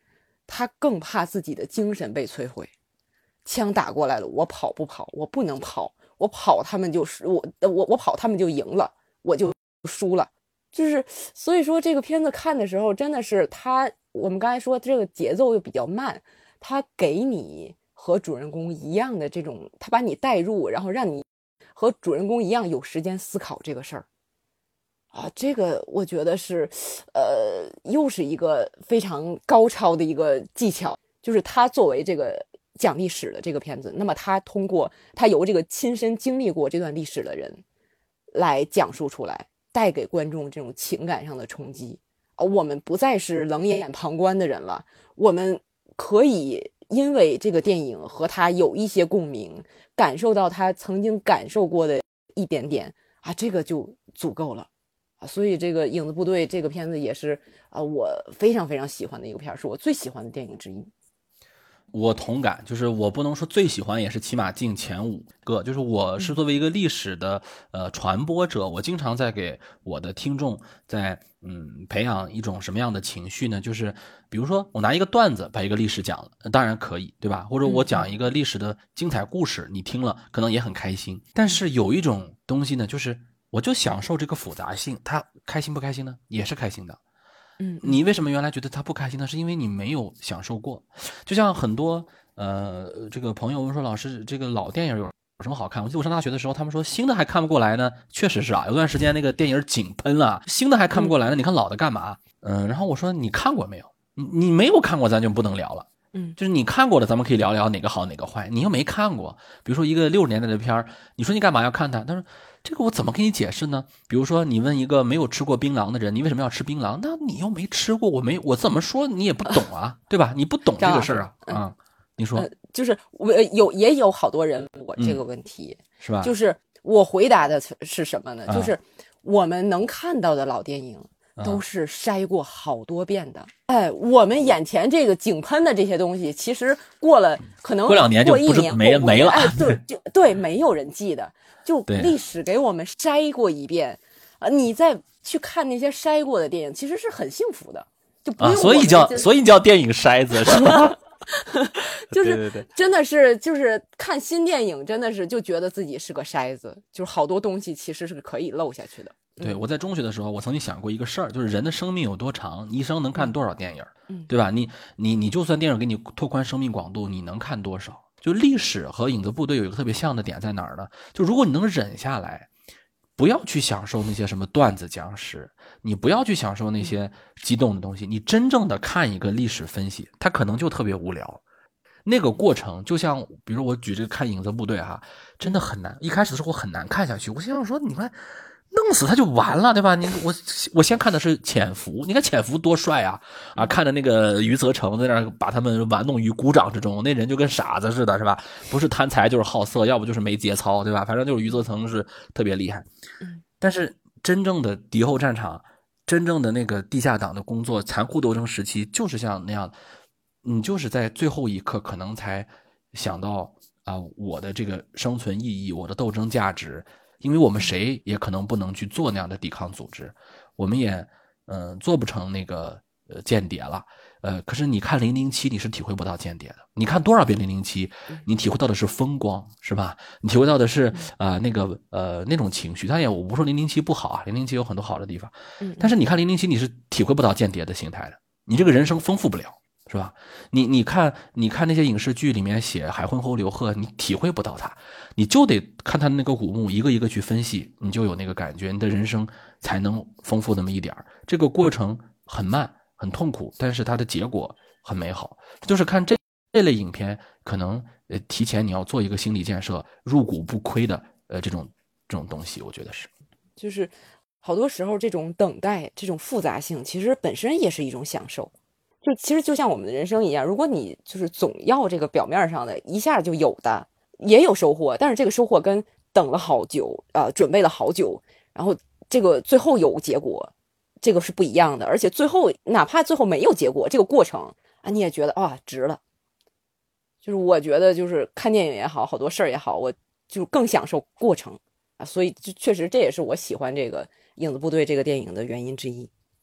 S2: 他更怕自己的精神被摧毁。枪打过来了，我跑不跑？我不能跑，我跑他们就是我我我跑他们就赢了，我就输了。就是所以说这个片子看的时候，真的是他我们刚才说这个节奏又比较慢，他给你和主人公一样的这种，他把你带入，然后让你和主人公一样有时间思考这个事儿啊，这个我觉得是呃又是一个非常高超的一个技巧，就是他作为这个讲历史的这个片子，那么他通过他由这个亲身经历过这段历史的人来讲述出来，带给观众这种情感上的冲击啊，我们不再是冷眼旁观的人了，我们可以因为这个电影和他有一些共鸣，感受到他曾经感受过的一点点啊，这个就足够了啊。所以这个影子部队这个片子也是啊，我非常非常喜欢的一个片，是我最喜欢的电影之一。
S1: 我同感，就是我不能说最喜欢，也是起码进前五个。就是我是作为一个历史的呃传播者，我经常在给我的听众在嗯培养一种什么样的情绪呢？就是比如说我拿一个段子把一个历史讲了，当然可以，对吧？或者我讲一个历史的精彩故事，你听了可能也很开心。但是有一种东西呢，就是我就享受这个复杂性，它开心不开心呢？也是开心的。
S2: 嗯，
S1: 你为什么原来觉得他不开心呢？是因为你没有享受过。就像很多呃这个朋友问说，老师这个老电影有什么好看？我记得我上大学的时候，他们说新的还看不过来呢。确实是啊，有段时间那个电影井喷了，新的还看不过来呢，你看老的干嘛？嗯、呃，然后我说你看过没有？你你没有看过，咱就不能聊了。
S2: 嗯，
S1: 就是你看过的，咱们可以聊聊哪个好哪个坏。你又没看过，比如说一个六十年代的片儿，你说你干嘛要看它？他说这个我怎么给你解释呢？比如说你问一个没有吃过槟榔的人，你为什么要吃槟榔？那你又没吃过，我没我怎么说你也不懂啊，对吧？你不懂这个事儿啊啊、嗯！你说、
S2: 呃，就是我有也有好多人问我这个问题、
S1: 嗯，是吧？
S2: 就是我回答的是什么呢？啊、就是我们能看到的老电影。都是筛过好多遍的，哎，我们眼前这个井喷的这些东西，其实过了可能
S1: 过两年就不
S2: 知
S1: 没没了，
S2: 哎，对，就对，没有人记得，就历史给我们筛过一遍，啊，你再去看那些筛过的电影，其实是很幸福的，就不用、
S1: 啊、所以叫所以叫电影筛子是吧？
S2: 就是真的是就是看新电影，真的是就觉得自己是个筛子，就是好多东西其实是可以漏下去的。
S1: 对，我在中学的时候，我曾经想过一个事儿，就是人的生命有多长，你一生能看多少电影，
S2: 嗯，
S1: 对吧？你你你就算电影给你拓宽生命广度，你能看多少？就历史和影子部队有一个特别像的点在哪儿呢？就如果你能忍下来，不要去享受那些什么段子讲史，你不要去享受那些激动的东西，你真正的看一个历史分析，它可能就特别无聊。那个过程就像，比如我举这个看影子部队哈，真的很难。一开始的时候我很难看下去，我心想说，你们弄死他就完了，对吧？你我我先看的是潜伏，你看潜伏多帅啊！啊，看着那个余则成在那儿把他们玩弄于股掌之中，那人就跟傻子似的，是吧？不是贪财就是好色，要不就是没节操，对吧？反正就是余则成是特别厉害。但是真正的敌后战场，真正的那个地下党的工作，残酷斗争时期，就是像那样。你就是在最后一刻可能才想到啊，我的这个生存意义，我的斗争价值，因为我们谁也可能不能去做那样的抵抗组织，我们也嗯、呃、做不成那个呃间谍了，呃，可是你看零零七，你是体会不到间谍的。你看多少遍零零七，你体会到的是风光，是吧？你体会到的是啊、呃、那个呃那种情绪。当然，我不说零零七不好啊，零零七有很多好的地方，但是你看零零七，你是体会不到间谍的心态的，你这个人生丰富不了。是吧？你你看，你看那些影视剧里面写海昏侯刘贺，你体会不到他，你就得看他那个古墓，一个一个去分析，你就有那个感觉，你的人生才能丰富那么一点。这个过程很慢，很痛苦，但是它的结果很美好。就是看这这类影片，可能呃提前你要做一个心理建设，入股不亏的呃这种这种东西，我觉得是。
S2: 就是好多时候这种等待，这种复杂性，其实本身也是一种享受。就其实就像我们的人生一样，如果你就是总要这个表面上的一下就有的，也有收获，但是这个收获跟等了好久呃准备了好久，然后这个最后有结果，这个是不一样的。而且最后哪怕最后没有结果，这个过程啊你也觉得啊值了。就是我觉得就是看电影也好，好多事儿也好，我就更享受过程啊，所以就确实这也是我喜欢这个影子部队这个电影的原因之一。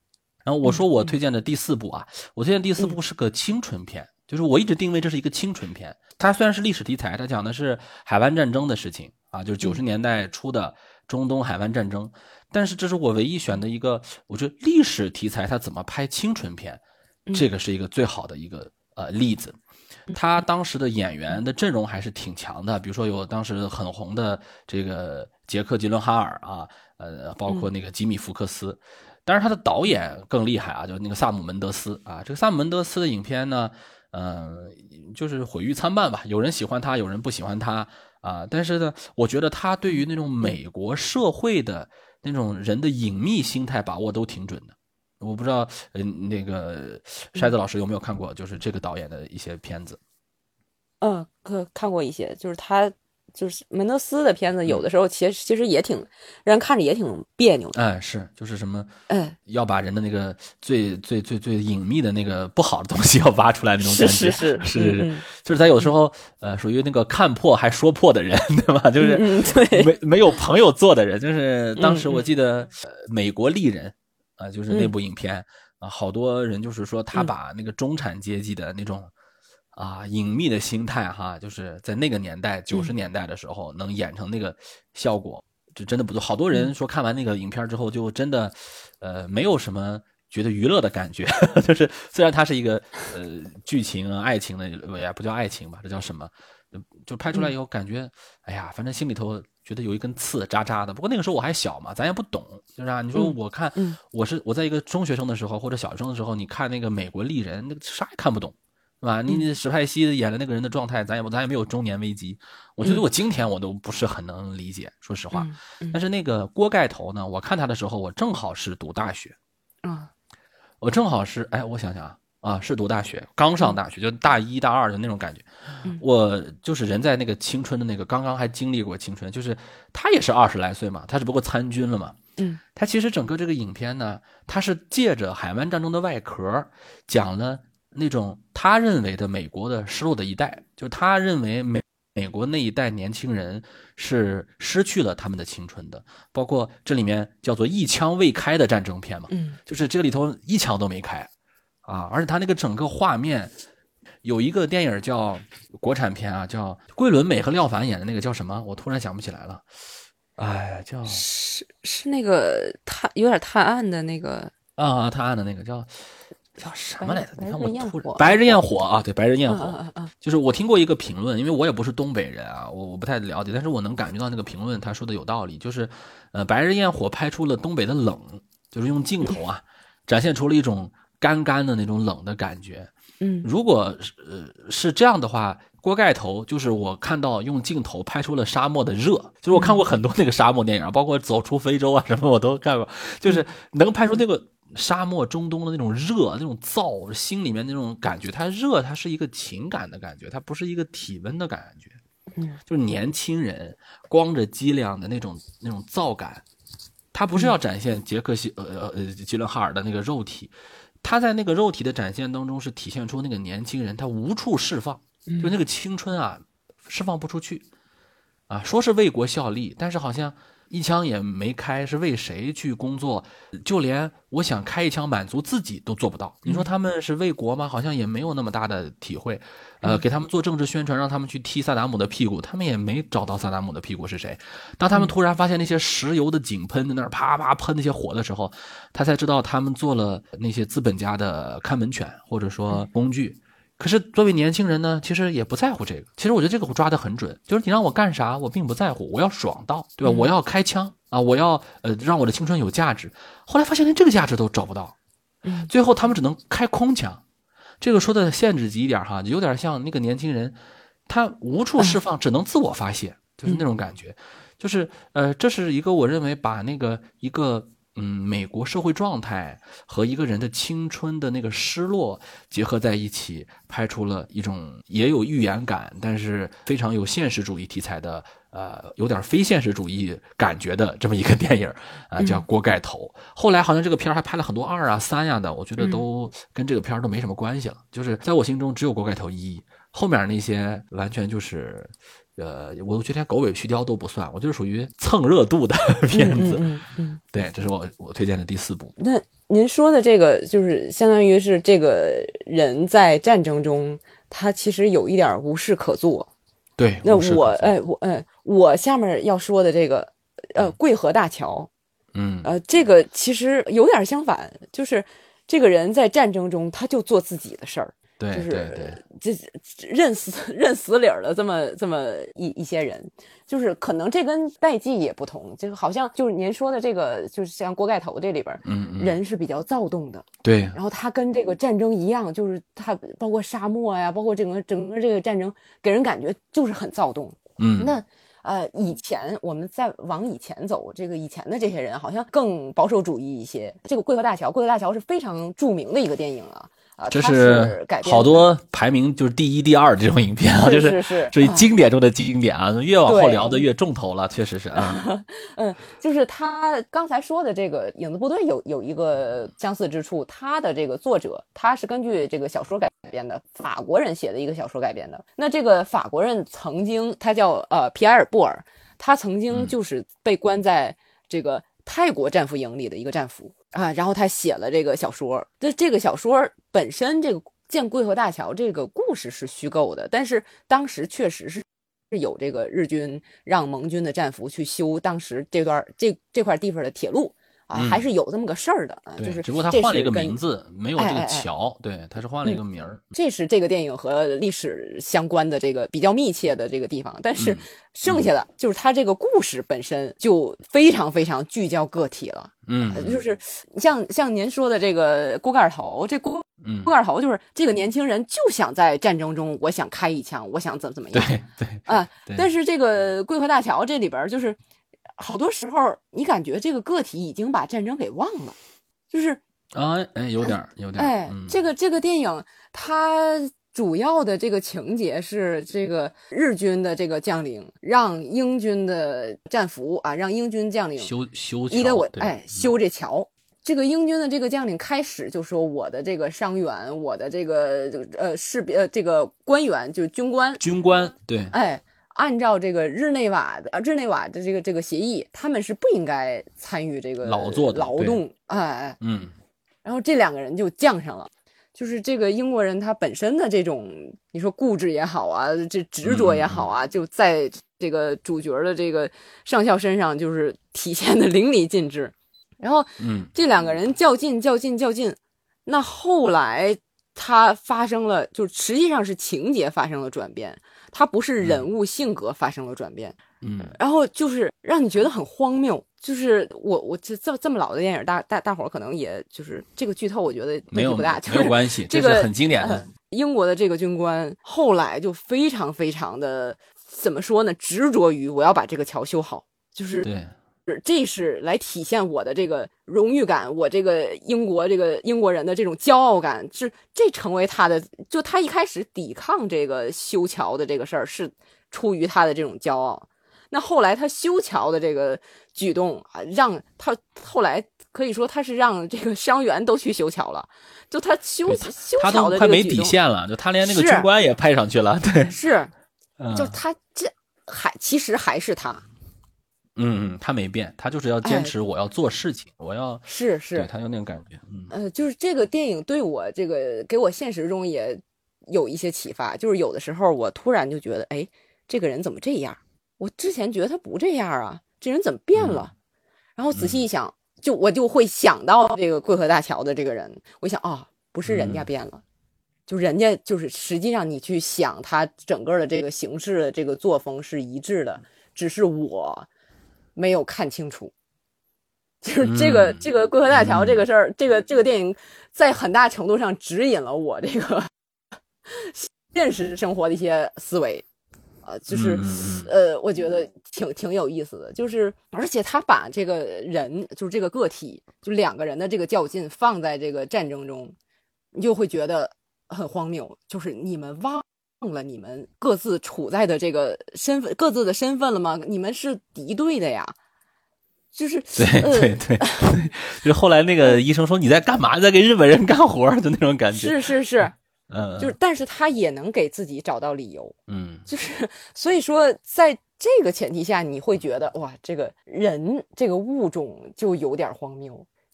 S1: 然后我说我推荐的第四部啊，我推荐第四部是个青春片，就是我一直定位这是一个青春片。它虽然是历史题材，它讲的是海湾战争的事情啊，就是九十年代初的中东海湾战争，但是这是我唯一选的一个，我觉得历史题材它怎么拍青春片，这个是一个最好的一个呃例子。他当时的演员的阵容还是挺强的，比如说有当时很红的这个杰克·吉伦哈尔啊，呃，包括那个吉米·福克斯。当然他的导演更厉害啊，就是那个萨姆·门德斯啊。这个萨姆·门德斯的影片呢，嗯、呃，就是毁誉参半吧，有人喜欢他，有人不喜欢他啊。但是呢，我觉得他对于那种美国社会的那种人的隐秘心态把握都挺准的。我不知道，呃，那个筛子老师有没有看过，就是这个导演的一些片子？
S2: 嗯，看看过一些，就是他就是门德斯的片子，有的时候其实其实也挺让人看着也挺别扭的。
S1: 哎，是，就是什么，
S2: 哎，
S1: 要把人的那个最最最最隐秘的那个不好的东西要挖出来那种感觉，
S2: 是是是
S1: 是是是，
S2: 嗯嗯
S1: 就是他有时候呃属于那个看破还说破的人，对吧？就是
S2: 嗯嗯对
S1: 没没有朋友做的人，就是当时我记得呃美国丽人啊，就是那部影片啊，好多人就是说他把那个中产阶级的那种。啊，隐秘的心态哈，就是在那个年代九十年代的时候能演成那个效果，这真的不错。好多人说看完那个影片之后，就真的，呃，没有什么觉得娱乐的感觉。就是虽然它是一个呃剧情啊、爱情的，也不叫爱情吧，这叫什么？就拍出来以后感觉，哎呀，反正心里头觉得有一根刺扎扎的。不过那个时候我还小嘛，咱也不懂，就是啊。你说我看，我是我在一个中学生的时候或者小学生的时候，你看那个美国丽人，那个啥也看不懂。是吧？你你史派西演的那个人的状态，咱也咱也没有中年危机。我觉得我今天我都不是很能理解，说实话。但是那个锅盖头呢，我看他的时候，我正好是读大学。
S2: 嗯，
S1: 我正好是，哎，我想想啊，啊，是读大学，刚上大学，就大一大二的那种感觉。我就是人在那个青春的那个，刚刚还经历过青春，就是他也是二十来岁嘛，他只不过参军了嘛。
S2: 嗯，
S1: 他其实整个这个影片呢，他是借着海湾战争的外壳讲了。那种他认为的美国的失落的一代，就是他认为美美国那一代年轻人是失去了他们的青春的，包括这里面叫做一枪未开的战争片嘛，
S2: 嗯，
S1: 就是这个里头一枪都没开啊，而且他那个整个画面，有一个电影叫国产片啊，叫桂纶镁和廖凡演的那个叫什么？我突然想不起来了，哎，叫
S2: 是是那个探有点探案的那个
S1: 啊，探案的那个叫。叫什么来着？你看我突然
S2: 白
S1: 日焰火啊，对，白日焰火，
S2: 嗯嗯嗯，
S1: 就是我听过一个评论，因为我也不是东北人啊，我我不太了解，但是我能感觉到那个评论他说的有道理，就是呃，白日焰火拍出了东北的冷，就是用镜头啊展现出了一种干干的那种冷的感觉。
S2: 嗯，
S1: 如果呃是这样的话，锅盖头就是我看到用镜头拍出了沙漠的热，就是我看过很多那个沙漠电影，包括走出非洲啊什么我都看过，就是能拍出那个。沙漠中东的那种热，那种燥，心里面那种感觉，它热，它是一个情感的感觉，它不是一个体温的感觉。
S2: 嗯，
S1: 就是年轻人光着脊梁的那种那种燥感，他不是要展现杰克西呃呃吉伦哈尔的那个肉体，他在那个肉体的展现当中是体现出那个年轻人他无处释放，就那个青春啊释放不出去啊，说是为国效力，但是好像。一枪也没开，是为谁去工作？就连我想开一枪满足自己都做不到。你说他们是为国吗？好像也没有那么大的体会。呃，给他们做政治宣传，让他们去踢萨达姆的屁股，他们也没找到萨达姆的屁股是谁。当他们突然发现那些石油的井喷在那儿啪啪喷那些火的时候，他才知道他们做了那些资本家的看门犬或者说工具。可是作为年轻人呢，其实也不在乎这个。其实我觉得这个我抓得很准，就是你让我干啥，我并不在乎，我要爽到，对吧？嗯、我要开枪啊，我要呃让我的青春有价值。后来发现连这个价值都找不到，最后他们只能开空枪。这个说的限制级一点哈，有点像那个年轻人，他无处释放，只能自我发泄，就是那种感觉。就是呃，这是一个我认为把那个一个。嗯，美国社会状态和一个人的青春的那个失落结合在一起，拍出了一种也有预言感，但是非常有现实主义题材的，呃，有点非现实主义感觉的这么一个电影啊、呃，叫《锅盖头》。后来好像这个片还拍了很多二啊、三呀的，我觉得都跟这个片都没什么关系了。就是在我心中只有《锅盖头一》，后面那些完全就是。呃，我觉得连狗尾续貂都不算，我就是属于蹭热度的片子。
S2: 嗯嗯嗯嗯、
S1: 对，这是我我推荐的第四部。
S2: 那您说的这个就是相当于是这个人在战争中，他其实有一点无事可做。
S1: 对，
S2: 那我
S1: 无事可做
S2: 哎我哎我下面要说的这个呃桂河大桥，
S1: 嗯
S2: 呃这个其实有点相反，就是这个人在战争中他就做自己的事儿。
S1: 对
S2: 就是
S1: 对对，
S2: 这认死认死理儿的这么这么一一些人，就是可能这跟代际也不同，就是好像就是您说的这个，就是像锅盖头这里边，
S1: 嗯嗯，
S2: 人是比较躁动的，
S1: 对，
S2: 然后他跟这个战争一样，就是他包括沙漠呀，包括整个整个这个战争，给人感觉就是很躁动。
S1: 嗯，
S2: 那呃，以前我们再往以前走，这个以前的这些人好像更保守主义一些。这个桂河大桥，桂河大桥是非常著名的一个电影啊。啊，
S1: 这
S2: 它是改编
S1: 好多排名就是第一、第二这种影片啊，
S2: 是
S1: 就是
S2: 是
S1: 属于经典中的经典啊。越往后
S2: 对
S1: 聊的越重头了，确实是啊。
S2: 嗯，就是他刚才说的这个影子部队有有一个相似之处，他的这个作者他是根据这个小说改编的，法国人写的一个小说改编的。那这个法国人曾经他叫呃皮埃尔布尔，他曾经就是被关在这个泰国战俘营里的一个战俘啊，然后他写了这个小说。这这个小说本身这个建桂河大桥这个故事是虚构的，但是当时确实是是有这个日军让盟军的战俘去修当时这段这这块地方的铁路啊，
S1: 嗯
S2: 还是有这么个事儿的啊。就是
S1: 只不过他换了一个名字，没有这个桥，对，他是换了一个名儿。
S2: 这是这个电影和历史相关的这个比较密切的这个地方，但是剩下的就是它这个故事本身就非常非常聚焦个体了。
S1: 嗯，
S2: 就是像像您说的这个锅盖头，这锅
S1: 嗯
S2: 锅盖头就是这个年轻人就想在战争中，我想开一枪，我想怎么怎么样。
S1: 对对
S2: 啊，但是这个桂河大桥这里边就是好多时候你感觉这个个体已经把战争给忘了，就是
S1: 啊，哎，有点有点，
S2: 哎，
S1: 嗯、
S2: 这个这个电影它主要的这个情节是这个日军的这个将领让英军的战俘啊，让英军将领
S1: 修修桥，
S2: 你给我哎修这桥。嗯这个英军的这个将领开始就说我的这个伤员，我的这个呃士兵呃这个官员就是军官，
S1: 军官对，
S2: 哎，按照这个日内瓦的日内瓦的这个这个协议，他们是不应该参与这个
S1: 劳作的
S2: 劳动，哎哎，
S1: 嗯，
S2: 然后这两个人就犟上了。就是这个英国人他本身的这种你说固执也好啊，这执着也好啊，
S1: 嗯、
S2: 就在这个主角的这个上校身上就是体现的淋漓尽致。然后，
S1: 嗯，
S2: 这两个人较劲较劲较劲，那后来他发生了，就实际上是情节发生了转变，他不是人物性格发生了转变，
S1: 嗯，
S2: 然后就是让你觉得很荒谬。就是我我这这这么老的电影，大大大伙儿可能也就是这个剧透，我觉得问题不大，
S1: 没有关系，
S2: 这个
S1: 是很经典的、
S2: 呃。英国的这个军官后来就非常非常的怎么说呢？执着于我要把这个桥修好，就是
S1: 对。
S2: 这是来体现我的这个荣誉感，我这个英国这个英国人的这种骄傲感，是这成为他的。就他一开始抵抗这个修桥的这个事儿，是出于他的这种骄傲。那后来他修桥的这个举动啊，让他后来可以说他是让这个伤员都去修桥了。就他修修桥的这个举动，
S1: 他都快没底线了，就他连那个军官也派上去了。对，
S2: 是，
S1: 嗯、
S2: 就他这还其实还是他。
S1: 嗯嗯，他没变，他就是要坚持我要做事情，哎、我要
S2: 是是，
S1: 对他有那种感觉，嗯
S2: 呃，就是这个电影对我这个给我现实中也有一些启发，就是有的时候我突然就觉得，哎，这个人怎么这样？我之前觉得他不这样啊，这人怎么变了？嗯、然后仔细一想，嗯、就我就会想到这个桂河大桥的这个人，我想啊、哦，不是人家变了。嗯就人家就是实际上你去想他整个的这个形式的这个作风是一致的，只是我没有看清楚。就是这个、嗯、这个桂河大桥这个事儿、嗯，这个这个电影在很大程度上指引了我这个现实生活的一些思维啊、呃，就是、
S1: 嗯、
S2: 呃，我觉得挺挺有意思的。就是而且他把这个人，就是这个个体，就两个人的这个较劲放在这个战争中，你就会觉得很荒谬，就是你们忘了你们各自处在的这个身份，各自的身份了吗？你们是敌对的呀。就是
S1: 对对对，就后来那个医生说你在干嘛，在给日本人干活的那种感觉。
S2: 是是是，
S1: 嗯，
S2: 就是但是他也能给自己找到理由。
S1: 嗯，
S2: 就是所以说在这个前提下，你会觉得哇，这个人这个物种就有点荒谬。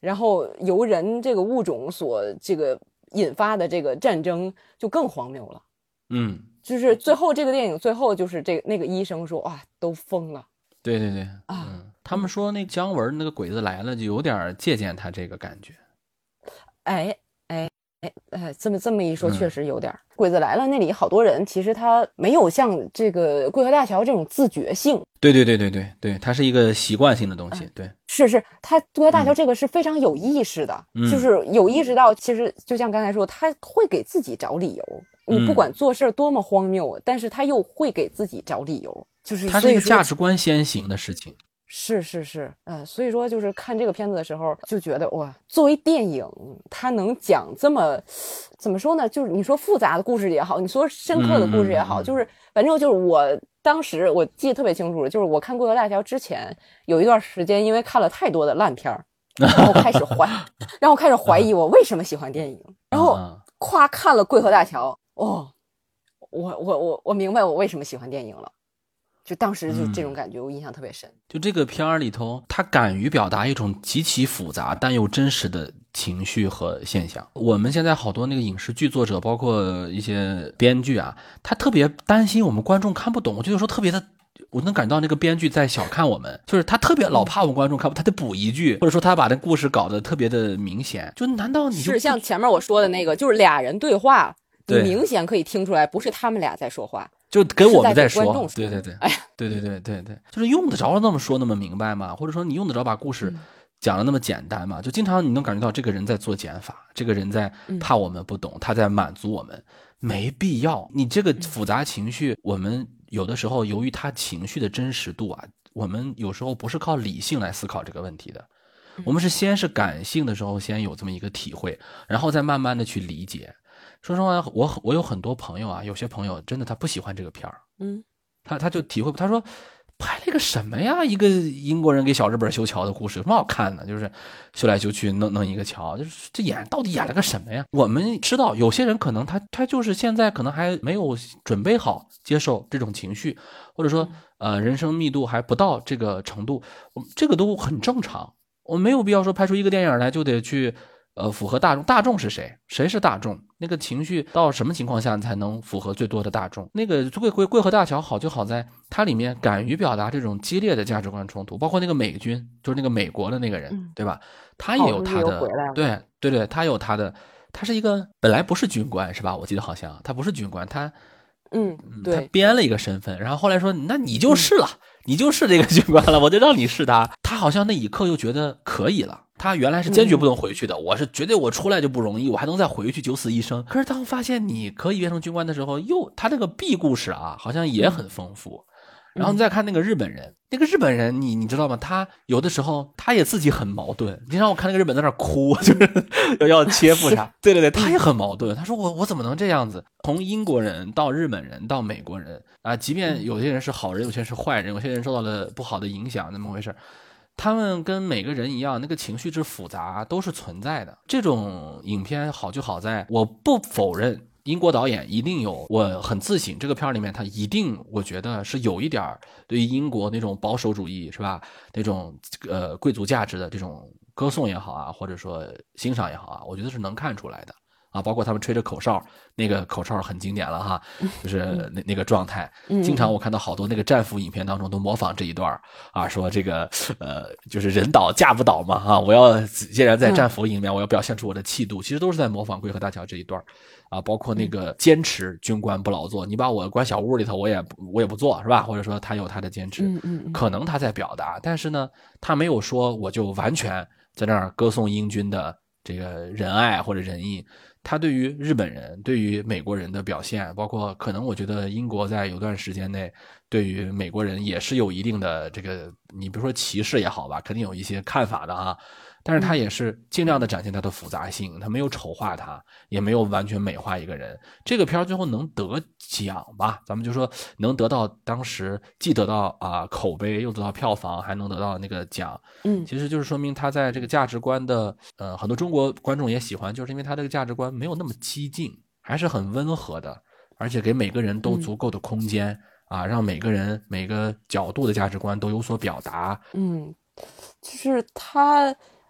S2: 然后由人这个物种所这个引发的这个战争就更荒谬了。
S1: 嗯，
S2: 就是最后这个电影最后就是这个那个医生说哇都疯了。
S1: 对对对
S2: 啊、
S1: 嗯，他们说那姜文那个鬼子来了就有点借鉴他这个感觉。
S2: 哎哎哎哎，这么这么一说，
S1: 嗯
S2: 确实有点、嗯。鬼子来了那里好多人，其实他没有像这个桂河大桥这种自觉性。
S1: 对对对对对对，它是一个习惯性的东西。对，
S2: 是是，他桂河大桥这个是非常有意识的，
S1: 嗯、
S2: 就是有意识到，其实就像刚才说，他会给自己找理由。你不管做事多么荒谬，嗯、但是他又会给自己找理由，就是
S1: 它是一个价值观先行的事情。
S2: 是是是，嗯，所以说就是看这个片子的时候就觉得哇，作为电影，它能讲这么怎么说呢？就是你说复杂的故事也好，你说深刻的故事也好，
S1: 嗯、
S2: 就是反正就是我当时我记得特别清楚，就是我看《桂河大桥》之前有一段时间，因为看了太多的烂片儿，然后开始怀，然后开始怀疑我为什么喜欢电影，然后夸看了《桂河大桥》，哦，我我我我明白我为什么喜欢电影了。就当时就这种感觉，我印象特别深。
S1: 嗯、就这个片儿里头，他敢于表达一种极其复杂但又真实的情绪和现象。我们现在好多那个影视剧作者，包括一些编剧啊，他特别担心我们观众看不懂。我就有时候特别的，我能感到那个编剧在小看我们，就是他特别老怕我们观众看不，他得补一句，或者说他把那故事搞得特别的明显。就难道你就是
S2: 像前面我说的那个，就是俩人对话，你明显可以听出来不是他们俩在说话。
S1: 就跟我们在
S2: 说，
S1: 说对对对，哎，对对对对对，就是用得着那么说那么明白吗？或者说你用得着把故事讲得那么简单吗？就经常你能感觉到这个人在做减法，这个人在怕我们不懂，他在满足我们，没必要。你这个复杂情绪，我们有的时候由于他情绪的真实度啊，我们有时候不是靠理性来思考这个问题的，我们是先是感性的时候先有这么一个体会，然后再慢慢的去理解。说实话，我我有很多朋友啊，有些朋友真的他不喜欢这个片儿，
S2: 嗯，
S1: 他他就体会，他说拍了个什么呀，一个英国人给小日本修桥的故事，有什么好看的？就是修来修去弄弄一个桥，就是这演到底演了个什么呀？我们知道有些人可能他他就是现在可能还没有准备好接受这种情绪，或者说呃人生密度还不到这个程度，这个都很正常，我没有必要说拍出一个电影来就得去。呃，符合大众，大众是谁？谁是大众？那个情绪到什么情况下才能符合最多的大众？那个桂桂桂河大桥好就好在它里面敢于表达这种激烈的价值观冲突，包括那个美军，就是那个美国的那个人，嗯、对吧？他也有他的，对对对，他有他的，他是一个本来不是军官是吧？我记得好像他不是军官，他
S2: 嗯，对，
S1: 他编了一个身份，然后后来说，那你就是了，嗯、你就是这个军官了，我就让你是他。他好像那一刻又觉得可以了。他原来是坚决不能回去的，嗯、我是绝对我出来就不容易，我还能再回去九死一生。可是当发现你可以变成军官的时候，又他这个 B 故事啊，好像也很丰富。嗯、然后你再看那个日本人，那个日本人你你知道吗？他有的时候他也自己很矛盾。经常我看那个日本在那哭，就是要要切腹他。对对对，他也很矛盾。他说我我怎么能这样子？从英国人到日本人到美国人啊，即便有些人是好人，有些人是坏人，有些人受到了不好的影响，那么回事。他们跟每个人一样，那个情绪之复杂都是存在的。这种影片好就好在，我不否认英国导演一定有，我很自省这个片里面他一定我觉得是有一点对于英国那种保守主义是吧，那种呃贵族价值的这种歌颂也好啊，或者说欣赏也好啊，我觉得是能看出来的。啊，包括他们吹着口哨，那个口哨很经典了哈，就是那那个状态，经常我看到好多那个战俘影片当中都模仿这一段啊，说这个呃就是人倒架不倒嘛啊，我要既然在战俘营里面，我要表现出我的气度，其实都是在模仿桂河大桥这一段啊，包括那个坚持军官不劳作，你把我关小屋里头，我也我也不做是吧？或者说他有他的坚持，可能他在表达，但是呢，他没有说我就完全在那儿歌颂英军的这个仁爱或者仁义。他对于日本人对于美国人的表现，包括可能我觉得英国在有段时间内对于美国人也是有一定的这个，你比如说歧视也好吧，肯定有一些看法的啊，但是他也是尽量的展现他的复杂性，他没有丑化他，也没有完全美化一个人。这个片最后能得奖吧，咱们就说能得到当时既得到啊、呃、口碑，又得到票房，还能得到那个奖，
S2: 嗯，
S1: 其实就是说明他在这个价值观的呃很多中国观众也喜欢，就是因为他这个价值观没有那么激进，还是很温和的，而且给每个人都足够的空间、嗯、啊，让每个人每个角度的价值观都有所表达。
S2: 嗯，就是他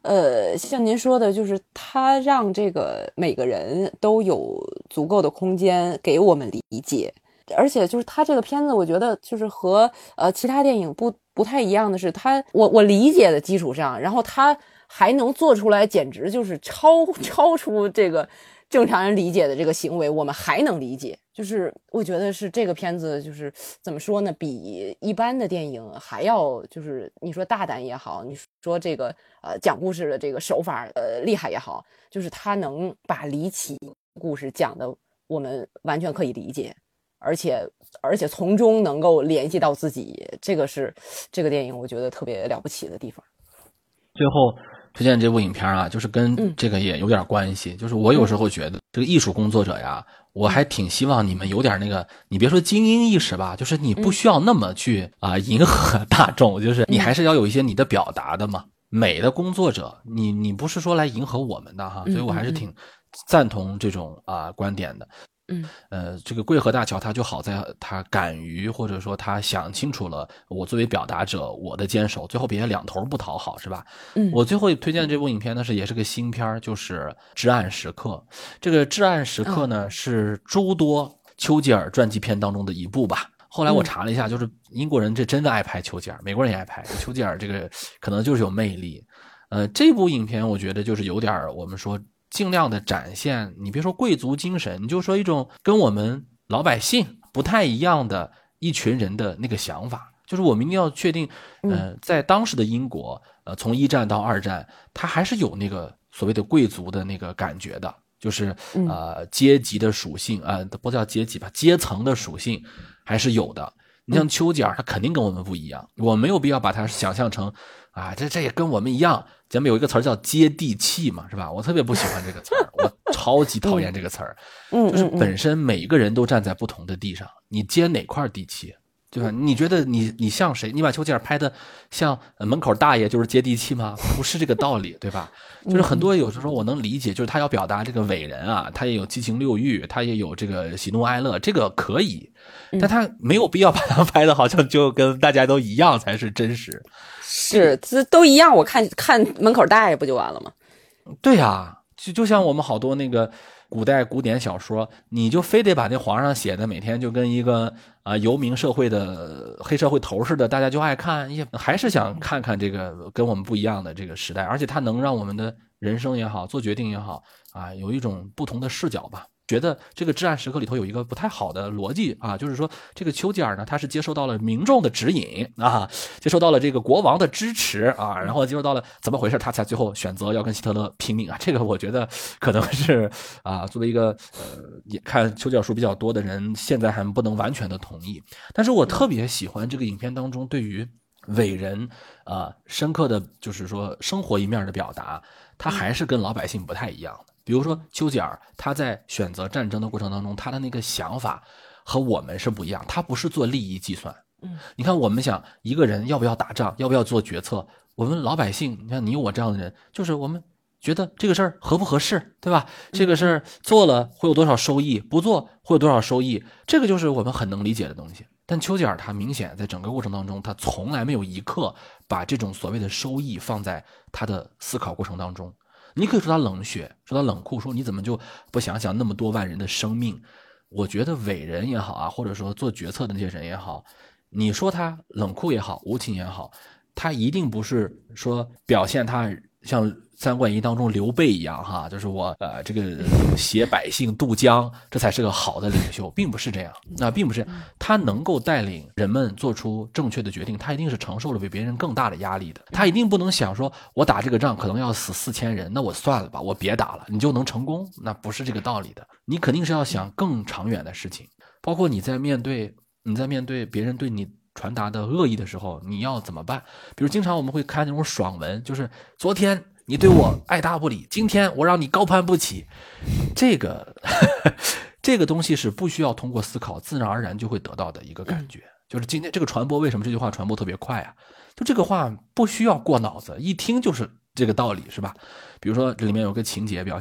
S2: 呃，像您说的，就是他让这个每个人都有足够的空间给我们理解，而且就是他这个片子，我觉得就是和呃其他电影不不太一样的是，他我我理解的基础上，然后他还能做出来，简直就是超超出这个正常人理解的这个行为，我们还能理解。就是我觉得是这个片子，就是怎么说呢，比一般的电影还要，就是你说大胆也好，你说这个呃讲故事的这个手法呃厉害也好，就是他能把离奇故事讲的我们完全可以理解，而且而且从中能够联系到自己，这个是这个电影我觉得特别了不起的地方。
S1: 最后推荐这部影片啊，就是跟这个也有点关系，嗯、就是我有时候觉得这个艺术工作者呀，我还挺希望你们有点那个，你别说精英意识吧，就是你不需要那么去啊、呃、迎合大众，就是你还是要有一些你的表达的嘛。美的工作者，你你不是说来迎合我们的哈，所以我还是挺赞同这种啊、呃、观点的。
S2: 嗯，
S1: 呃，这个桂河大桥，它就好在他敢于，或者说他想清楚了，我作为表达者，我的坚守，最后别两头不讨好，是吧？
S2: 嗯，
S1: 我最后推荐这部影片呢，是也是个新片，就是《至暗时刻》。这个《至暗时刻》呢，哦、是诸多丘吉尔传记片当中的一部吧。后来我查了一下，就是英国人这真的爱拍丘吉尔，美国人也爱拍丘吉尔，这个可能就是有魅力。呃，这部影片我觉得就是有点我们说。尽量的展现，你别说贵族精神，你就说一种跟我们老百姓不太一样的一群人的那个想法，就是我们一定要确定，呃，在当时的英国，呃，从一战到二战，它还是有那个所谓的贵族的那个感觉的，就是呃阶级的属性啊、呃，不叫阶级吧，阶层的属性还是有的。你像丘吉尔，他肯定跟我们不一样，我没有必要把他想象成啊，这这也跟我们一样。咱们有一个词儿叫接地气嘛，是吧？我特别不喜欢这个词儿，我超级讨厌这个词儿。
S2: 嗯，
S1: 就是本身每一个人都站在不同的地上，你接哪块地气，对吧？你觉得你你像谁？你把丘吉尔拍的像门口大爷就是接地气吗？不是这个道理，对吧？就是很多有时候我能理解，就是他要表达这个伟人啊，他也有七情六欲，他也有这个喜怒哀乐，这个可以，但他没有必要把他拍的好像就跟大家都一样才是真实。
S2: 是，这都一样，我看看门口大爷不就完了吗？
S1: 对呀、啊，就就像我们好多那个古代古典小说，你就非得把那皇上写的每天就跟一个啊、呃、游民社会的黑社会头似的，大家就爱看，也还是想看看这个跟我们不一样的这个时代，而且它能让我们的人生也好，做决定也好啊，有一种不同的视角吧。觉得这个至暗时刻里头有一个不太好的逻辑啊，就是说这个丘吉尔呢，他是接受到了民众的指引啊，接受到了这个国王的支持啊，然后接受到了怎么回事，他才最后选择要跟希特勒拼命啊。这个我觉得可能是啊，作为一个呃也看丘吉尔书比较多的人，现在还不能完全的同意。但是我特别喜欢这个影片当中对于伟人啊、呃、深刻的就是说生活一面的表达，他还是跟老百姓不太一样的。比如说丘吉尔，他在选择战争的过程当中，他的那个想法和我们是不一样，他不是做利益计算。
S2: 嗯，
S1: 你看我们想一个人要不要打仗，要不要做决策，我们老百姓，你看你我这样的人，就是我们觉得这个事儿合不合适，对吧？这个事儿做了会有多少收益，不做会有多少收益，这个就是我们很能理解的东西。但丘吉尔他明显在整个过程当中，他从来没有一刻把这种所谓的收益放在他的思考过程当中。你可以说他冷血，说他冷酷，说你怎么就不想想那么多万人的生命？我觉得伟人也好啊，或者说做决策的那些人也好，你说他冷酷也好，无情也好，他一定不是说表现他像三国演义当中刘备一样哈，就是我呃这个携百姓渡江，这才是个好的领袖，并不是这样。那、呃、并不是他能够带领人们做出正确的决定，他一定是承受了比别人更大的压力的。他一定不能想说我打这个仗可能要死四千人，那我算了吧，我别打了，你就能成功，那不是这个道理的。你肯定是要想更长远的事情，包括你在面对你在面对别人对你传达的恶意的时候，你要怎么办？比如经常我们会看那种爽文，就是昨天你对我爱答不理，今天我让你高攀不起。这个这个东西是不需要通过思考自然而然就会得到的一个感觉。就是今天这个传播，为什么这句话传播特别快啊？就这个话不需要过脑子，一听就是这个道理，是吧？比如说这里面有个情节表现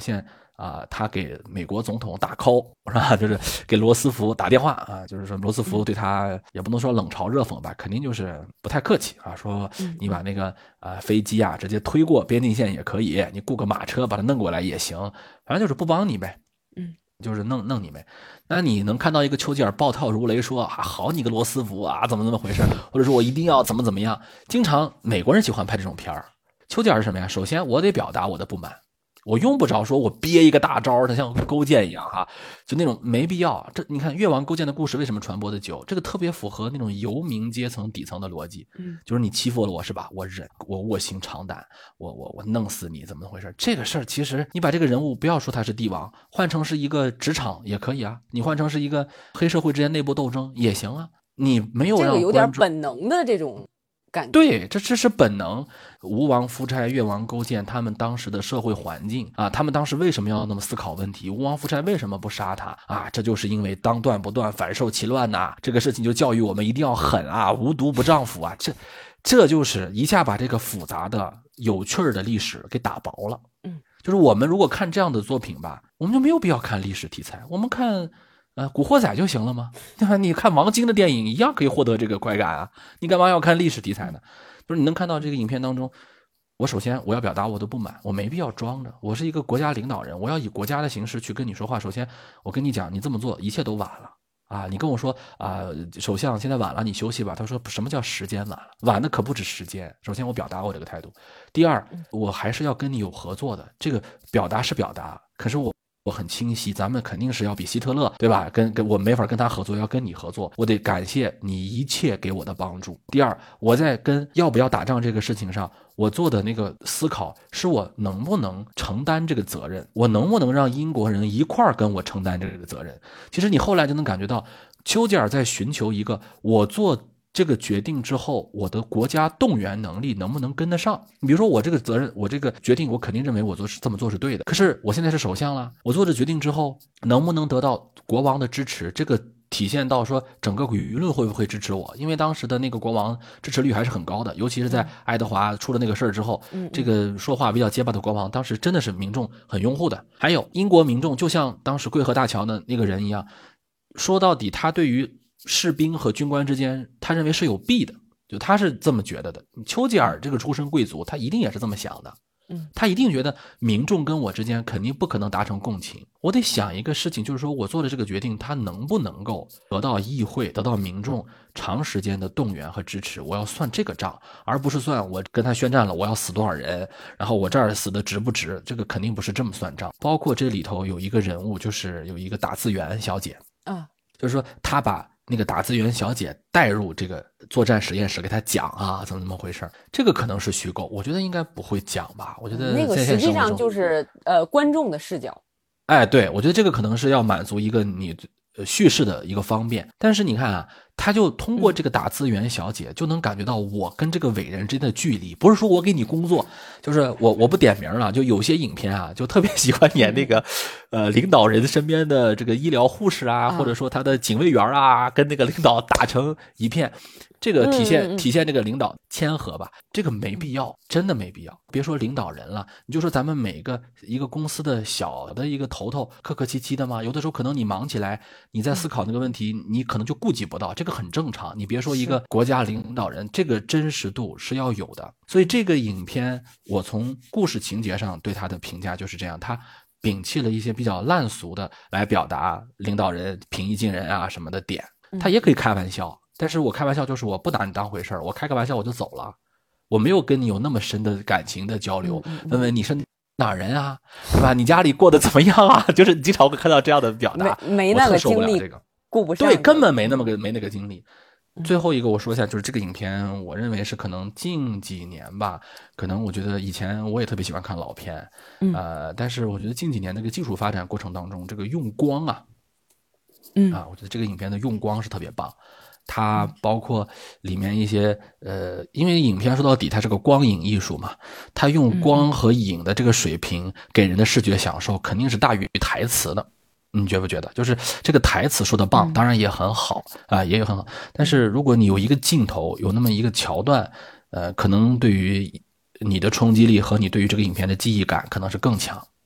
S1: 啊，他给美国总统打 call 是吧？就是给罗斯福打电话啊，就是说罗斯福对他也不能说冷嘲热讽吧，肯定就是不太客气啊，说你把那个啊飞机啊直接推过边境线也可以，你雇个马车把它弄过来也行，反正就是不帮你呗，
S2: 嗯，
S1: 就是弄弄你呗。那你能看到一个丘吉尔暴跳如雷说啊，好你个罗斯福啊，怎么怎么回事，或者说我一定要怎么怎么样，经常美国人喜欢拍这种片儿。丘吉尔是什么呀？首先我得表达我的不满。我用不着说我憋一个大招，它像勾践一样哈，就那种没必要。这你看越王勾践的故事为什么传播的久？这个特别符合那种游民阶层底层的逻辑，
S2: 嗯，
S1: 就是你欺负了我是吧？我忍，我卧薪尝胆，我我我弄死你，怎么回事？这个事儿其实你把这个人物不要说他是帝王，换成是一个职场也可以啊，你换成是一个黑社会之间内部斗争也行啊，你没有让
S2: 这个有点本能的这种。
S1: 对，这这是本能。吴王夫差、越王勾践他们当时的社会环境啊，他们当时为什么要那么思考问题？吴王夫差为什么不杀他啊？这就是因为当断不断，反受其乱呐、啊。这个事情就教育我们一定要狠啊，无毒不丈夫啊。这这就是一下把这个复杂的、有趣的历史给打薄了。
S2: 嗯，
S1: 就是我们如果看这样的作品吧，我们就没有必要看历史题材，我们看。呃，古惑仔就行了吗？你看王晶的电影一样可以获得这个快感啊！你干嘛要看历史题材呢？就是你能看到这个影片当中，我首先我要表达我的不满，我没必要装着，我是一个国家领导人，我要以国家的形式去跟你说话。首先，我跟你讲，你这么做一切都晚了啊！你跟我说啊，首相现在晚了，你休息吧。他说什么叫时间晚了？晚的可不止时间。首先，我表达我这个态度。第二，我还是要跟你有合作的。这个表达是表达，可是我。我很清晰，咱们肯定是要比希特勒，对吧？跟跟我没法跟他合作，要跟你合作，我得感谢你一切给我的帮助。第二，我在跟要不要打仗这个事情上，我做的那个思考是我能不能承担这个责任，我能不能让英国人一块儿跟我承担这个责任。其实你后来就能感觉到，丘吉尔在寻求一个我做这个决定之后，我的国家动员能力能不能跟得上？比如说我这个责任，我这个决定，我肯定认为我做这么做是对的。可是我现在是首相了，我做这决定之后，能不能得到国王的支持？这个体现到说整个舆论会不会支持我？因为当时的那个国王支持率还是很高的，尤其是在爱德华出了那个事儿之后，这个说话比较结巴的国王，当时真的是民众很拥护的。还有英国民众，就像当时贵河大桥的那个人一样，说到底，他对于士兵和军官之间，他认为是有弊的，就他是这么觉得的。丘吉尔这个出身贵族，他一定也是这么想的。嗯，他一定觉得民众跟我之间肯定不可能达成共情。我得想一个事情，就是说我做的这个决定，他能不能够得到议会、得到民众长时间的动员和支持？我要算这个账，而不是算我跟他宣战了，我要死多少人，然后我这儿死的值不值？这个肯定不是这么算账。包括这里头有一个人物，就是有一个打字员小姐啊，就是说他把那个打字员小姐带入这个作战实验室给他讲啊，怎么怎么回事？这个可能是虚构，我觉得应该不会讲吧。我觉得
S2: 那个实际上就是呃观众的视角。
S1: 哎，对，我觉得这个可能是要满足一个你叙事的一个方便。但是你看啊，他就通过这个打字员小姐就能感觉到我跟这个伟人之间的距离，不是说我给你工作，就是我我不点名了，就有些影片啊，就特别喜欢演那个呃领导人身边的这个医疗护士啊，或者说他的警卫员啊，跟那个领导打成一片。这个体现体现这个领导谦和吧，这个没必要，真的没必要。别说领导人了，你就说咱们每个一个公司的小的一个头头，客客气气的嘛。有的时候可能你忙起来，你在思考那个问题，你可能就顾及不到，这个很正常。你别说一个国家领导人，这个真实度是要有的。所以这个影片，我从故事情节上对他的评价就是这样，他摒弃了一些比较烂俗的来表达领导人平易近人啊什么的点，他也可以开玩笑。但是我开玩笑就是我不拿你当回事儿，我开个玩笑我就走了，我没有跟你有那么深的感情的交流，问问你是哪人啊，是吧？你家里过得怎么样啊？就是你经常会看到这样的表达，
S2: 没没那个经历，
S1: 这个
S2: 顾不上，
S1: 对，根本没那么个没那个经历。最后一个我说一下，就是这个影片，我认为是可能近几年吧，可能我觉得以前我也特别喜欢看老片，嗯、呃，但是我觉得近几年那个技术发展过程当中，这个用光啊，嗯啊，我觉得这个影片的用光是特别棒。它包括里面一些呃，因为影片说到底它是个光影艺术嘛，它用光和影的这个水平给人的视觉享受肯定是大于台词的，你觉不觉得？就是这个台词说的棒，当然也很好啊，也有很好，但是如果你有一个镜头，有那么一个桥段，呃，可能对于你的冲击力和你对于这个影片的记忆感可能是更强。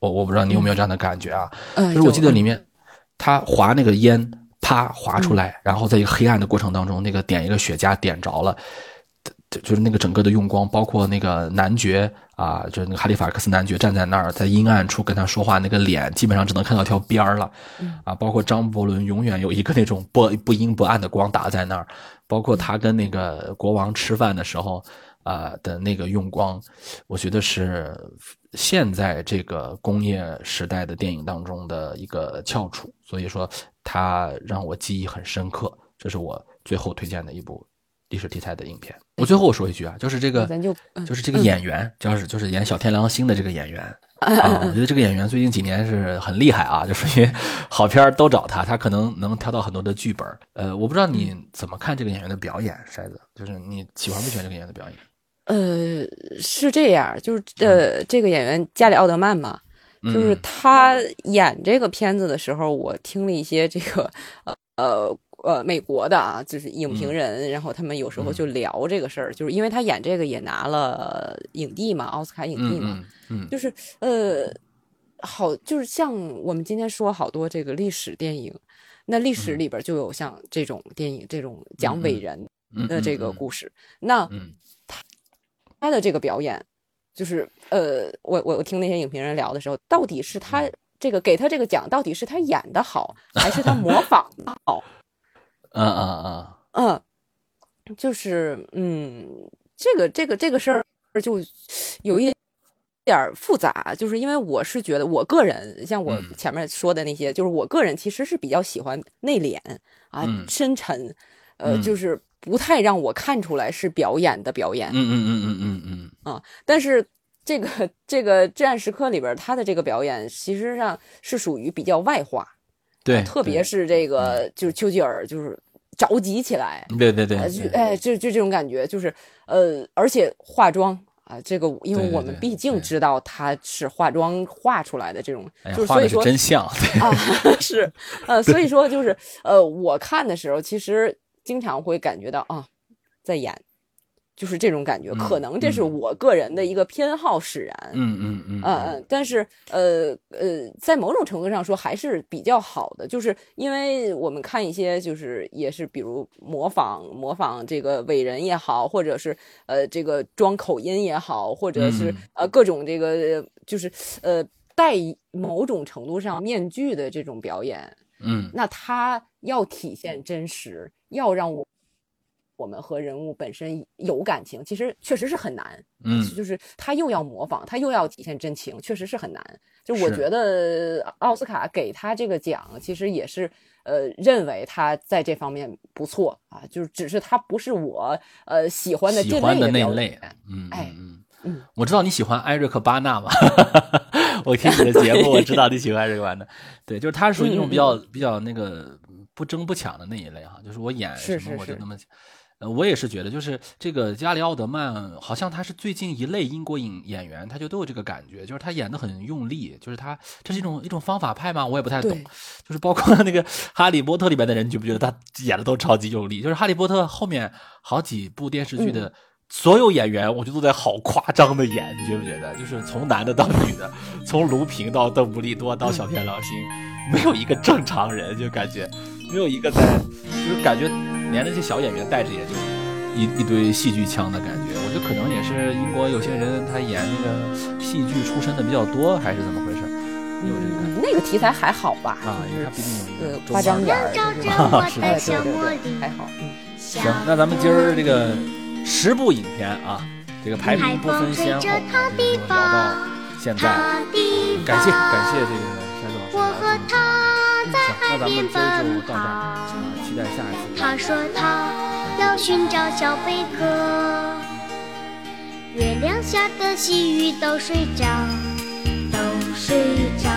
S1: 我我不知道你有没有这样的感觉啊？
S2: 嗯，
S1: 就是我记得里面他划那个烟，啪划出来，嗯、然后在一个黑暗的过程当中，那个点一个雪茄点着了。就是那个整个的用光，包括那个男爵啊，就是那个哈利法克斯男爵站在那儿，在阴暗处跟他说话，那个脸基本上只能看到条边儿了，啊，包括张伯伦永远有一个那种不不阴不暗的光打在那儿，包括他跟那个国王吃饭的时候啊、呃、的那个用光，我觉得是现在这个工业时代的电影当中的一个翘楚，所以说它让我记忆很深刻，这是我最后推荐的一部历史题材的影片。我最后我说一句啊，就是这个，
S2: 咱就
S1: 就是这个演员，就是就是演小天狼星的这个演员啊，我觉得这个演员最近几年是很厉害啊，就是因为好片都找他，他可能能挑到很多的剧本。呃，我不知道你怎么看这个演员的表演，筛子，就是你喜欢不喜欢这个演员的表演？
S2: 呃，是这样，就是呃，这个演员加里奥德曼嘛，就是他演这个片子的时候，我听了一些这个呃呃。呃，美国的啊，就是影评人，嗯、然后他们有时候就聊这个事儿，嗯、就是因为他演这个也拿了影帝嘛，奥斯卡影帝嘛，
S1: 嗯，嗯
S2: 就是呃，好，就是像我们今天说好多这个历史电影，那历史里边就有像这种电影，嗯、这种讲伟人的这个故事，
S1: 嗯、
S2: 那他他的这个表演，就是呃，我我听那些影评人聊的时候，到底是他这个给他这个奖，到底是他演的好，还是他模仿的好？
S1: 嗯嗯嗯
S2: 嗯，就是嗯，这个这个这个事儿就有一点复杂，就是因为我是觉得我个人，像我前面说的那些，嗯、就是我个人其实是比较喜欢内敛啊、嗯、深沉，呃，嗯、就是不太让我看出来是表演的表演。
S1: 嗯嗯嗯嗯嗯嗯
S2: 啊，但是这个这个《至暗时刻》里边他的这个表演，其实上是属于比较外化。
S1: 对、啊，
S2: 特别是这个就是丘吉尔就是着急起来，
S1: 对对对，
S2: 呃、就哎，就就这种感觉，就是呃，而且化妆啊，这个因为我们毕竟知道他是化妆画出来的这种，
S1: 对对对
S2: 就是所以说
S1: 画的是真像
S2: 啊，是呃，所以说就是呃，我看的时候其实经常会感觉到啊，在演。就是这种感觉，
S1: 嗯、
S2: 可能这是我个人的一个偏好使然，
S1: 嗯嗯嗯
S2: 嗯嗯，但是呃呃，在某种程度上说还是比较好的，就是因为我们看一些就是也是比如模仿模仿这个伟人也好，或者是呃这个装口音也好，或者是、
S1: 嗯、
S2: 呃各种这个就是呃戴某种程度上面具的这种表演，
S1: 嗯，
S2: 那他要体现真实，要让我。我们和人物本身有感情，其实确实是很难。
S1: 嗯，
S2: 就是他又要模仿，他又要体现真情，确实是很难。就我觉得奥斯卡给他这个奖，其实也是呃认为他在这方面不错啊，就是只是他不是我呃喜欢的这类的表演。
S1: 嗯，
S2: 哎，
S1: 嗯
S2: 嗯，
S1: 我知道你喜欢艾瑞克巴纳嘛，我听你的节目，我知道你喜欢艾瑞克巴纳。对，就是他属于那种比较、嗯、比较那个不争不抢的那一类哈，就是我演什么我就那么。是是是呃，我也是觉得，就是这个加里奥德曼，好像他是最近一类英国影演员，他就都有这个感觉，就是他演得很用力，就是他这是一种一种方法派吗？我也不太懂。就是包括那个《哈利波特》里面的人，觉不觉得他演的都超级用力？就是《哈利波特》后面好几部电视剧的所有演员，我觉得都在好夸张的演，你觉不觉得？就是从男的到女的，从卢平到邓布利多到小天狼星，没有一个正常人，就感觉没有一个在，就是感觉。连那些小演员带着也就一一堆戏剧腔的感觉，我觉得可能也是英国有些人他演那个戏剧出身的比较多，还是怎么回事？有这个感觉、
S2: 嗯、那个题材还好吧？
S1: 啊，因为他毕竟有一个、
S2: 呃、夸张点儿，就是
S1: 啊，是
S2: 的，对对对，还好。嗯，
S1: 行，那咱们今儿这个十部影片啊，这个排名不分先后，就聊到现在，感谢感谢这个山子老师来做。行，那咱们今儿就到这儿啊，期待下一次。
S3: 他说他要寻找小贝壳，月亮下的细雨都睡着，都睡着。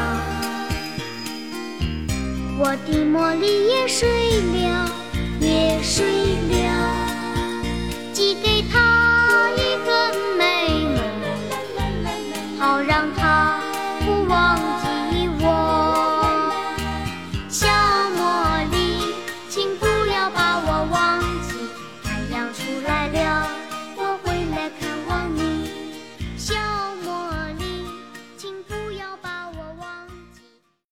S3: 我的茉莉也睡了，也睡了。